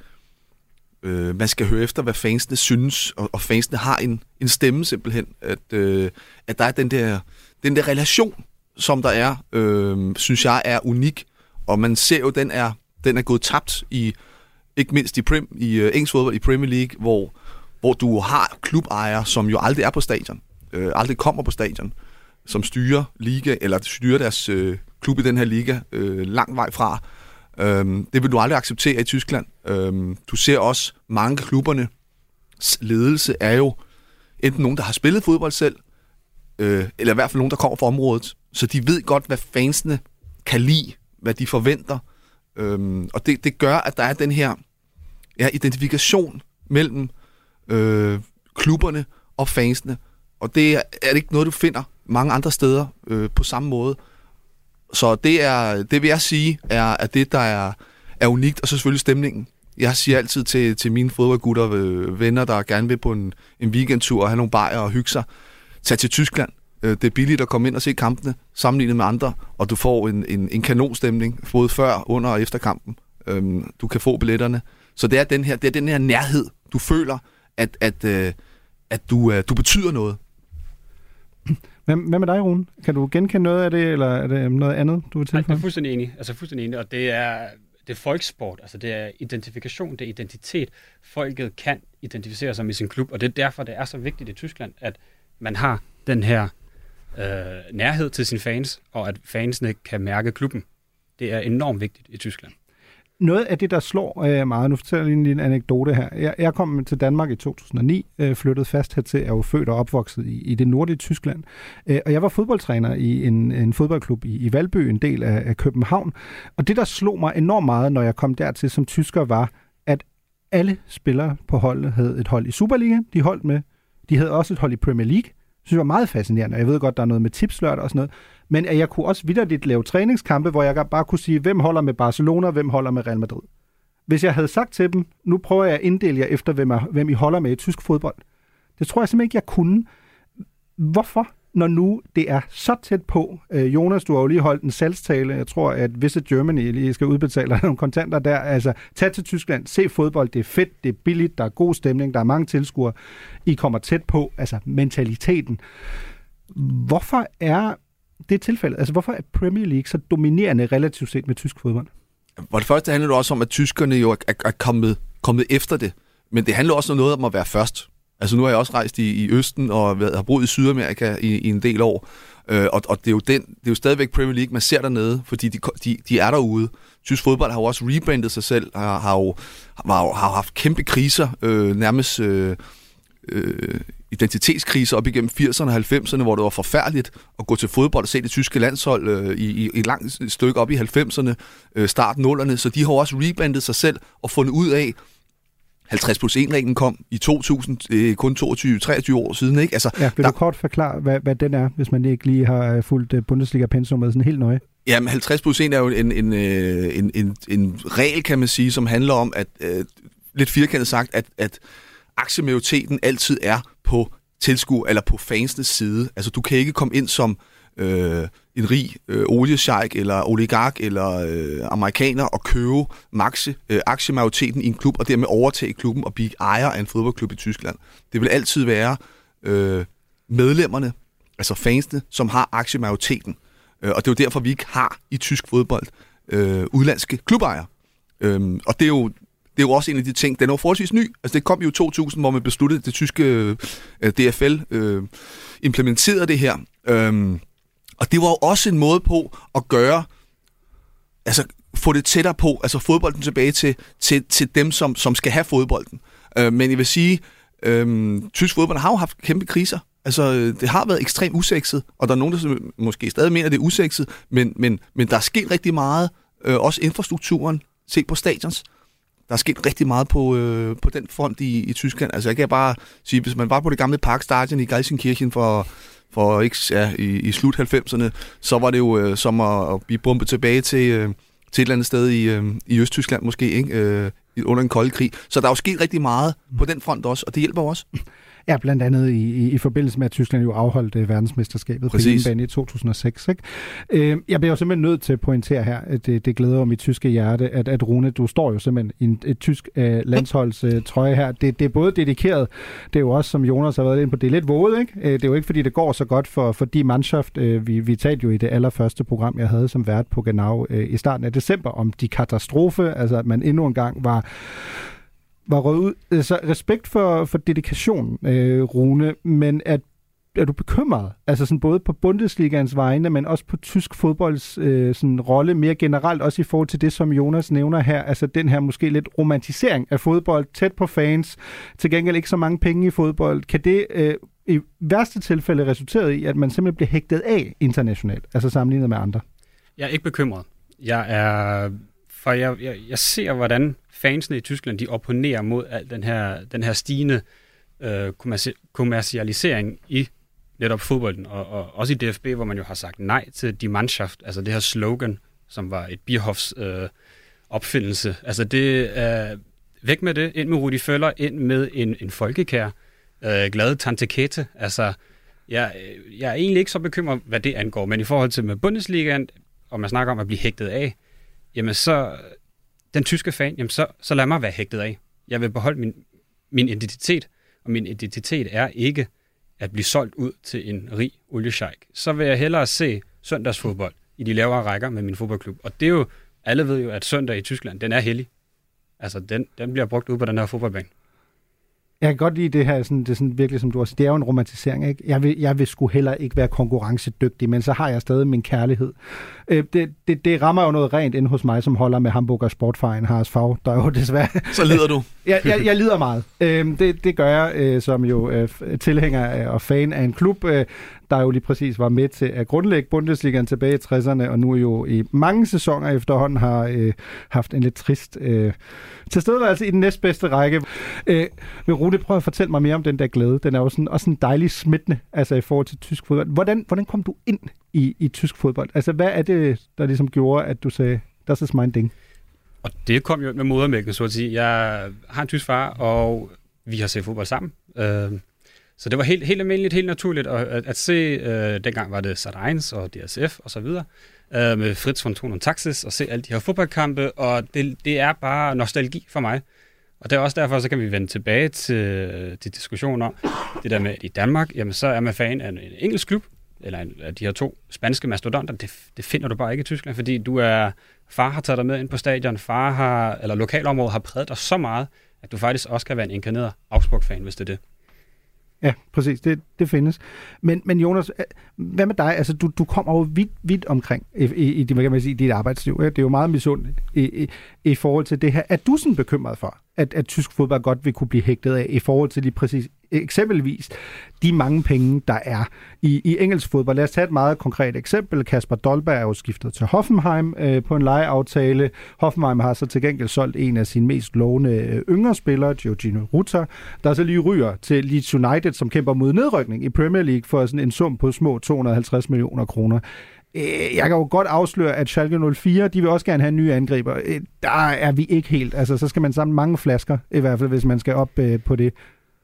N: Øh, man skal høre efter, hvad fansene synes, og, og fansene har en, en stemme simpelthen, at, øh, at der er den der, den der relation, som der er, øh, synes jeg er unik, og man ser jo, den er, den er gået tabt i, ikke mindst i, prim, i uh, engelsk fodbold, i Premier League, hvor, hvor du har klubejere, som jo aldrig er på stadion, øh, aldrig kommer på stadion, som styrer liga, eller styrer deres øh, klub i den her liga øh, lang vej fra. Øhm, det vil du aldrig acceptere i Tyskland. Øhm, du ser også, mange af klubbernes ledelse er jo enten nogen, der har spillet fodbold selv, øh, eller i hvert fald nogen, der kommer fra området. Så de ved godt, hvad fansene kan lide, hvad de forventer. Øhm, og det, det gør, at der er den her ja, identifikation mellem øh, klubberne og fansene. Og det er, er det ikke noget, du finder mange andre steder øh, på samme måde. Så det er, det vil jeg sige, er, er det, der er, er unikt, og så selvfølgelig stemningen. Jeg siger altid til, til mine fodboldgutter, øh, venner, der gerne vil på en, en weekendtur og have nogle bajer og hygge sig, tag til Tyskland. Det er billigt at komme ind og se kampene, sammenlignet med andre, og du får en, en, en kanonstemning, både før, under og efter kampen. Øhm, du kan få billetterne. Så det er den her, det er den her nærhed, du føler, at, at, øh, at du, øh, du betyder noget.
C: Hvad, hvad med dig, Rune? Kan du genkende noget af det, eller er det noget andet, du vil tilføje?
O: Jeg er fuldstændig enig, altså fuldstændig enig, og det er, det er folksport, altså det er identifikation, det er identitet. Folket kan identificere sig med sin klub, og det er derfor, det er så vigtigt i Tyskland, at man har den her øh, nærhed til sine fans, og at fansene kan mærke klubben. Det er enormt vigtigt i Tyskland.
C: Noget af det, der slår øh, meget, nu fortæller jeg lige en anekdote her. Jeg, jeg kom til Danmark i to tusind og ni, øh, flyttede fast hertil, jeg er jo født og opvokset i, i det nordlige Tyskland. Øh, og jeg var fodboldtræner i en, en fodboldklub i, i Valby, en del af, af København. Og det, der slog mig enormt meget, når jeg kom dertil som tysker, var, at alle spillere på holdet havde et hold i Superliga, de holdt med. De havde også et hold i Premier League. Det synes jeg var meget fascinerende. Jeg ved godt, der er noget med tipslørdag og sådan noget. Men at jeg kunne også vitterligt lave træningskampe, hvor jeg bare kunne sige, hvem holder med Barcelona, hvem holder med Real Madrid. Hvis jeg havde sagt til dem, nu prøver jeg at inddele jer efter, hvem, er, hvem I holder med i tysk fodbold. Det tror jeg simpelthen ikke, jeg kunne. Hvorfor? Når nu det er så tæt på. Øh, Jonas, du har jo lige holdt en salgstale. Jeg tror, at Visit Germany lige skal udbetale nogle kontanter der. Altså, tag til Tyskland, se fodbold, det er fedt, det er billigt, der er god stemning, der er mange tilskuere. I kommer tæt på, altså mentaliteten. Hvorfor er det tilfældet? Altså, hvorfor er Premier League så dominerende relativt set med tysk fodbold?
N: For det første handler det også om, at tyskerne jo er, er kommet, kommet efter det. Men det handler også om noget om at være først. Altså nu har jeg også rejst i, i Østen og har boet i Sydamerika i, i en del år. Øh, og og det, er jo den, det er jo stadigvæk Premier League, man ser dernede, fordi de, de, de er derude. Tysk fodbold har jo også rebrandet sig selv, har, har, jo, har, har haft kæmpe kriser, øh, nærmest øh, øh, identitetskriser op igennem firserne og halvfemserne, hvor det var forfærdeligt at gå til fodbold og se det tyske landshold øh, i, i et langt stykke op i halvfemserne, øh, start nullerne. Så de har også rebrandet sig selv og fundet ud af, halvtreds plus en reglen kom i to tusind, det er kun toogtyve til treogtyve år siden, ikke? Altså,
C: ja, vil
N: der...
C: du kort forklare, hvad, hvad den er, hvis man ikke lige har fulgt Bundesliga-pensummet sådan helt nøje?
N: Jamen, halvtreds plus en er jo en, en, en, en, en regel, kan man sige, som handler om, at øh, lidt firkantet sagt, at, at aktiemajoriteten altid er på tilskuer eller på fansenes side. Altså, du kan ikke komme ind som øh, en rig øh, oliesheik eller oligark eller øh, amerikaner og købe maxe, øh, aktiemajoriteten i en klub og dermed overtage klubben og blive ejer af en fodboldklub i Tyskland. Det vil altid være øh, medlemmerne, altså fansene, som har aktiemajoriteten. Øh, og det er jo derfor, vi ikke har i tysk fodbold øh, udlandske klubejere. Øh, og det er jo Det er jo også en af de ting, den er jo forholdsvis ny. Altså det kom jo i to tusind, hvor man besluttede, at det tyske øh, D F L øh, implementerede det her. Øhm, og det var jo også en måde på at gøre, altså få det tættere på, altså fodbolden tilbage til, til, til dem, som, som skal have fodbolden. Øh, men jeg vil sige, øh, tysk fodbold har jo haft kæmpe kriser. Altså det har været ekstremt usekset, og der er nogen, der måske stadig mener, at det er usekset, men, men, men der er sket rigtig meget, øh, også infrastrukturen, set på stadions. Der er sket rigtig meget på, øh, på den front i, i Tyskland. Altså jeg kan bare sige, hvis man var på det gamle Parkstadion i Gelsenkirchen for, for ikke, ja, i, i slut halvfemserne, så var det jo øh, som at, at blive bumpet tilbage til, øh, til et eller andet sted i, øh, i Østtyskland måske, ikke? Øh, under en kold krig. Så der er jo sket rigtig meget på den front også, og det hjælper også.
C: Ja, blandt andet i, i, i forbindelse med, at Tyskland jo afholdt uh, verdensmesterskabet
N: Præcis.
C: på hjemmebane i to tusind og seks. Ikke? Øh, jeg bliver jo simpelthen nødt til at pointere her, at det, det glæder mit tyske hjerte, at, at Rune, du står jo simpelthen i en, et tysk uh, landsholds uh, trøje her. Det, det er både dedikeret, det er jo også, som Jonas har været inde på, det er lidt våget, ikke? Uh, det er jo ikke, fordi det går så godt for, for de Mannschaft. Uh, vi, vi talte jo i det allerførste program, jeg havde som vært på Genau uh, i starten af december, om de katastrofe, altså at man endnu en gang var var røget ud. Så respekt for, for dedikation, øh, Rune, men er, er du bekymret? Altså sådan både på Bundesligaens vegne, men også på tysk fodbolds øh, sådan rolle mere generelt, også i forhold til det, som Jonas nævner her, altså den her måske lidt romantisering af fodbold, tæt på fans, til gengæld ikke så mange penge i fodbold. Kan det øh, i værste tilfælde resultere i, at man simpelthen bliver hægtet af internationalt, altså sammenlignet med andre? Jeg
O: er ikke bekymret. Jeg er... For jeg, jeg, jeg ser, hvordan fansene i Tyskland, de opponerer mod al den her, den her stigende øh, kommerci- kommercialisering i netop fodbolden, og, og også i D F B, hvor man jo har sagt nej til Die Mannschaft, altså det her slogan, som var et Bierhoffs øh, opfindelse. Altså det er øh, væk med det, ind med Rudi Völler, ind med en, en folkekær, øh, glad Tante Kete, altså Jeg, jeg er egentlig ikke så bekymret, hvad det angår, men i forhold til med Bundesligaen, og man snakker om at blive hægtet af, jamen så, den tyske fan, jamen så, så lad mig være hægtet af. Jeg vil beholde min, min identitet, og min identitet er ikke at blive solgt ud til en rig oliesheik. Så vil jeg hellere se søndagsfodbold i de lavere rækker med min fodboldklub. Og det er jo, alle ved jo, at søndag i Tyskland, den er hellig. Altså, den, den bliver brugt ud på den her fodboldbane.
C: Jeg kan godt lide det her, sådan, det er sådan virkelig, som du også, det er jo en romantisering, ikke? Jeg vil, jeg vil sgu heller ikke være konkurrencedygtig, men så har jeg stadig min kærlighed. Øh, det, det, det rammer jo noget rent inde hos mig, som holder med Hamburger Sportverein, H S V, der er jo desværre...
N: Så lider du.
C: jeg, jeg, jeg lider meget. Øh, det, det gør jeg, øh, som jo øh, tilhænger af, og fan af en klub, øh, der jo lige præcis var med til at grundlægge Bundesligaen tilbage i tresserne, og nu jo i mange sæsoner efterhånden har øh, haft en lidt trist øh, tilstedeværelse i den næstbedste række. Øh, men Rune, prøv at fortælle mig mere om den der glæde. Den er jo sådan, også sådan dejlig smittende, altså i forhold til tysk fodbold. Hvordan, hvordan kom du ind i, i tysk fodbold? Altså, hvad er det, der ligesom gjorde, at du sagde, das ist mein Ding?
O: Og det kom jo med modermælken, så at sige. Jeg har en tysk far, og vi har set fodbold sammen. Øh, Så det var helt, helt almindeligt, helt naturligt at, at, at se, øh, dengang var det Sat eins og D S F og så videre, øh, med Fritz von Thun und Taxis, og se alle de her fodboldkampe, og det, det er bare nostalgi for mig. Og det er også derfor, så kan vi vende tilbage til, til diskussionen om det der med, at i Danmark, jamen så er man fan af en, en engelsk klub, eller en, af de her to spanske mastodonter. Det, det finder du bare ikke i Tyskland, fordi du er, far har taget dig med ind på stadion, far har, eller lokalområdet har præget dig så meget, at du faktisk også kan være en inkarneret Augsburg-fan, hvis det er det.
C: Ja, præcis. Det, det findes. Men, men Jonas, hvad med dig? Altså, du, du kommer jo vidt, vidt omkring i, i, i, kan man sige, i dit arbejdsliv. Ja? Det er jo meget misundeligt i, i, i forhold til det her. Er du sådan bekymret for, at, at tysk fodbold godt vil kunne blive hægtet af i forhold til lige præcis eksempelvis de mange penge, der er i, i engelsk fodbold? Lad os tage et meget konkret eksempel. Kasper Dolberg er jo skiftet til Hoffenheim øh, på en lejeaftale. Hoffenheim har så til gengæld solgt en af sine mest lovende øh, yngre spillere, Gioacchino Rutter, der så lige ryger til Leeds United, som kæmper mod nedrykning i Premier League for sådan en sum på små to hundrede og halvtreds millioner kroner. Jeg kan jo godt afsløre, at Schalke nul fire, de vil også gerne have nye angriber. Der er vi ikke helt. Altså, så skal man samle mange flasker, i hvert fald, hvis man skal op øh, på det.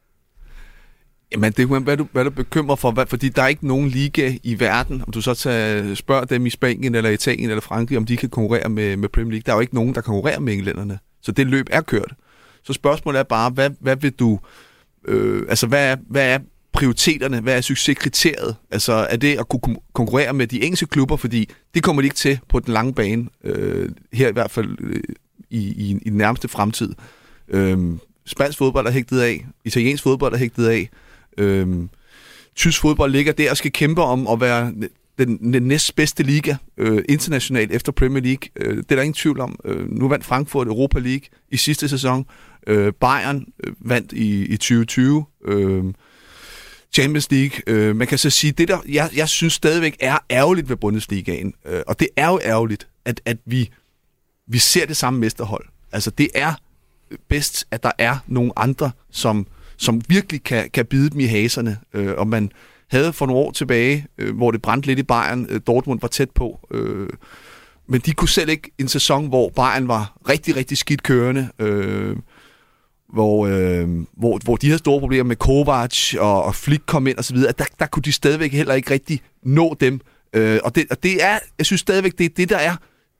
N: Jamen, det er hvad du, hvad du bekymrer for, hvad, fordi der er ikke nogen liga i verden, om du så tager, spørger dem i Spanien, eller Italien, eller Frankrig, om de kan konkurrere med, med Premier League. Der er jo ikke nogen, der konkurrerer med englænderne. Så det løb er kørt. Så spørgsmålet er bare, hvad, hvad vil du... Øh, altså, hvad er, hvad er prioriteterne? Hvad er succeskriteriet? Altså, er det at kunne konkurrere med de engelske klubber? Fordi det kommer de ikke til på den lange bane, øh, her i hvert fald øh, i, i, i den nærmeste fremtid. Øh, spansk fodbold er hægtet af, italiensk fodbold er hægtet af, øh, tysk fodbold ligger der og skal kæmpe om at være den, den næstbedste liga øh, internationalt efter Premier League. Øh, det er der ingen tvivl om. Øh, nu vandt Frankfurt Europa League i sidste sæson. Øh, Bayern øh, vandt i, i tyve tyve. Øh, Champions League. Øh, man kan så sige, det der, jeg, jeg synes stadigvæk er ærgerligt ved Bundesligaen, øh, og det er jo ærgerligt, at, at vi, vi ser det samme mesterhold. Altså, det er bedst, at der er nogle andre, som, som virkelig kan, kan bide dem i haserne. Øh, og man havde for nogle år tilbage, øh, hvor det brændte lidt i Bayern, øh, Dortmund var tæt på, øh, men de kunne selv ikke en sæson, hvor Bayern var rigtig, rigtig skidt kørende, øh, Hvor, øh, hvor, hvor de havde store problemer med Kovac og, og Flick kom ind og så videre, der, der kunne de stadigvæk heller ikke rigtig nå dem. Øh, og, det, og det er, jeg synes stadigvæk, det er det, der er,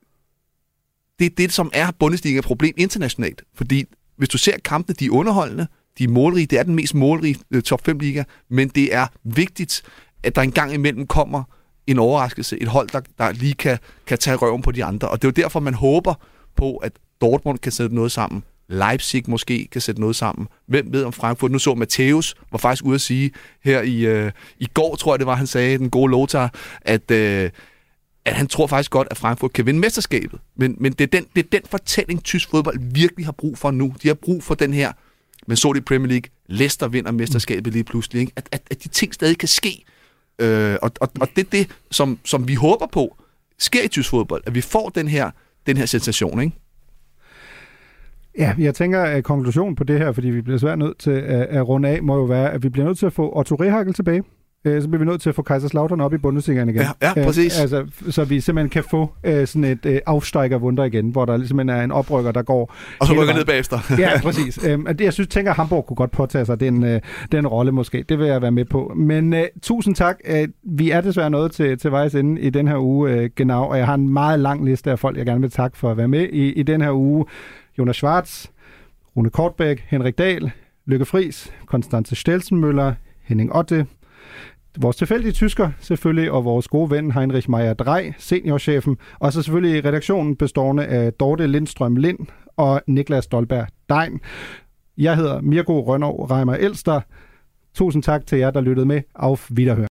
N: det er det, som er Bundesliga problem internationalt. Fordi hvis du ser kampene, de er underholdende, de er målrige, det er den mest målrige uh, top fem liga, men det er vigtigt, at der engang imellem kommer en overraskelse, et hold, der, der lige kan, kan tage røven på de andre. Og det er jo derfor, man håber på, at Dortmund kan sætte noget sammen. Leipzig måske kan sætte noget sammen. Hvem ved om Frankfurt? Nu så Matthäus var faktisk ude at sige her i, øh, i går, tror jeg det var, han sagde, den gode Lothar, at, øh, at han tror faktisk godt, at Frankfurt kan vinde mesterskabet. Men, men det, er den, det er den fortælling, tysk fodbold virkelig har brug for nu. De har brug for den her, men så det i Premier League, Leicester vinder mesterskabet lige pludselig, ikke? At, at, at de ting stadig kan ske. Øh, og, og, og det er det, som, som vi håber på, sker i tysk fodbold, at vi får den her, den her sensation, ikke?
C: Ja, jeg tænker, at konklusionen på det her, fordi vi bliver svært nødt til at, at runde af, må jo være, at vi bliver nødt til at få Otto Rehhagel tilbage. øh, så bliver vi nødt til at få Kaiserslautern op i Bundesligaen igen.
N: Ja, ja præcis.
C: Øh, altså, så vi simpelthen kan få øh, sådan et øh, Aufsteiger-wunder igen, hvor der simpelthen er en oprykker, der går...
N: Og så rykker ned bagefter.
C: Ja, præcis. Øh, jeg synes, tænker, at Hamburg kunne godt påtage sig den, øh, den rolle måske. Det vil jeg være med på. Men øh, tusind tak. Øh, vi er desværre nået til, til vejs ende i den her uge, øh, genau, og jeg har en meget lang liste af folk, jeg gerne vil takke for at være med i, i den her uge. Jonas Schwartz, Rune Kortbæk, Henrik Dahl, Lykke Friis, Konstanze Stelzenmøller, Henning Otte, vores tilfældige tysker selvfølgelig, og vores gode ven Heinrich Meyer-Drey, seniorchefen, og så selvfølgelig redaktionen bestående af Dorte Lindstrøm Lind og Niklas Stolberg Dein. Jeg hedder Mirko Rønnow Reimer Elster. Tusind tak til jer, der lyttede med. Auf Wiederhören.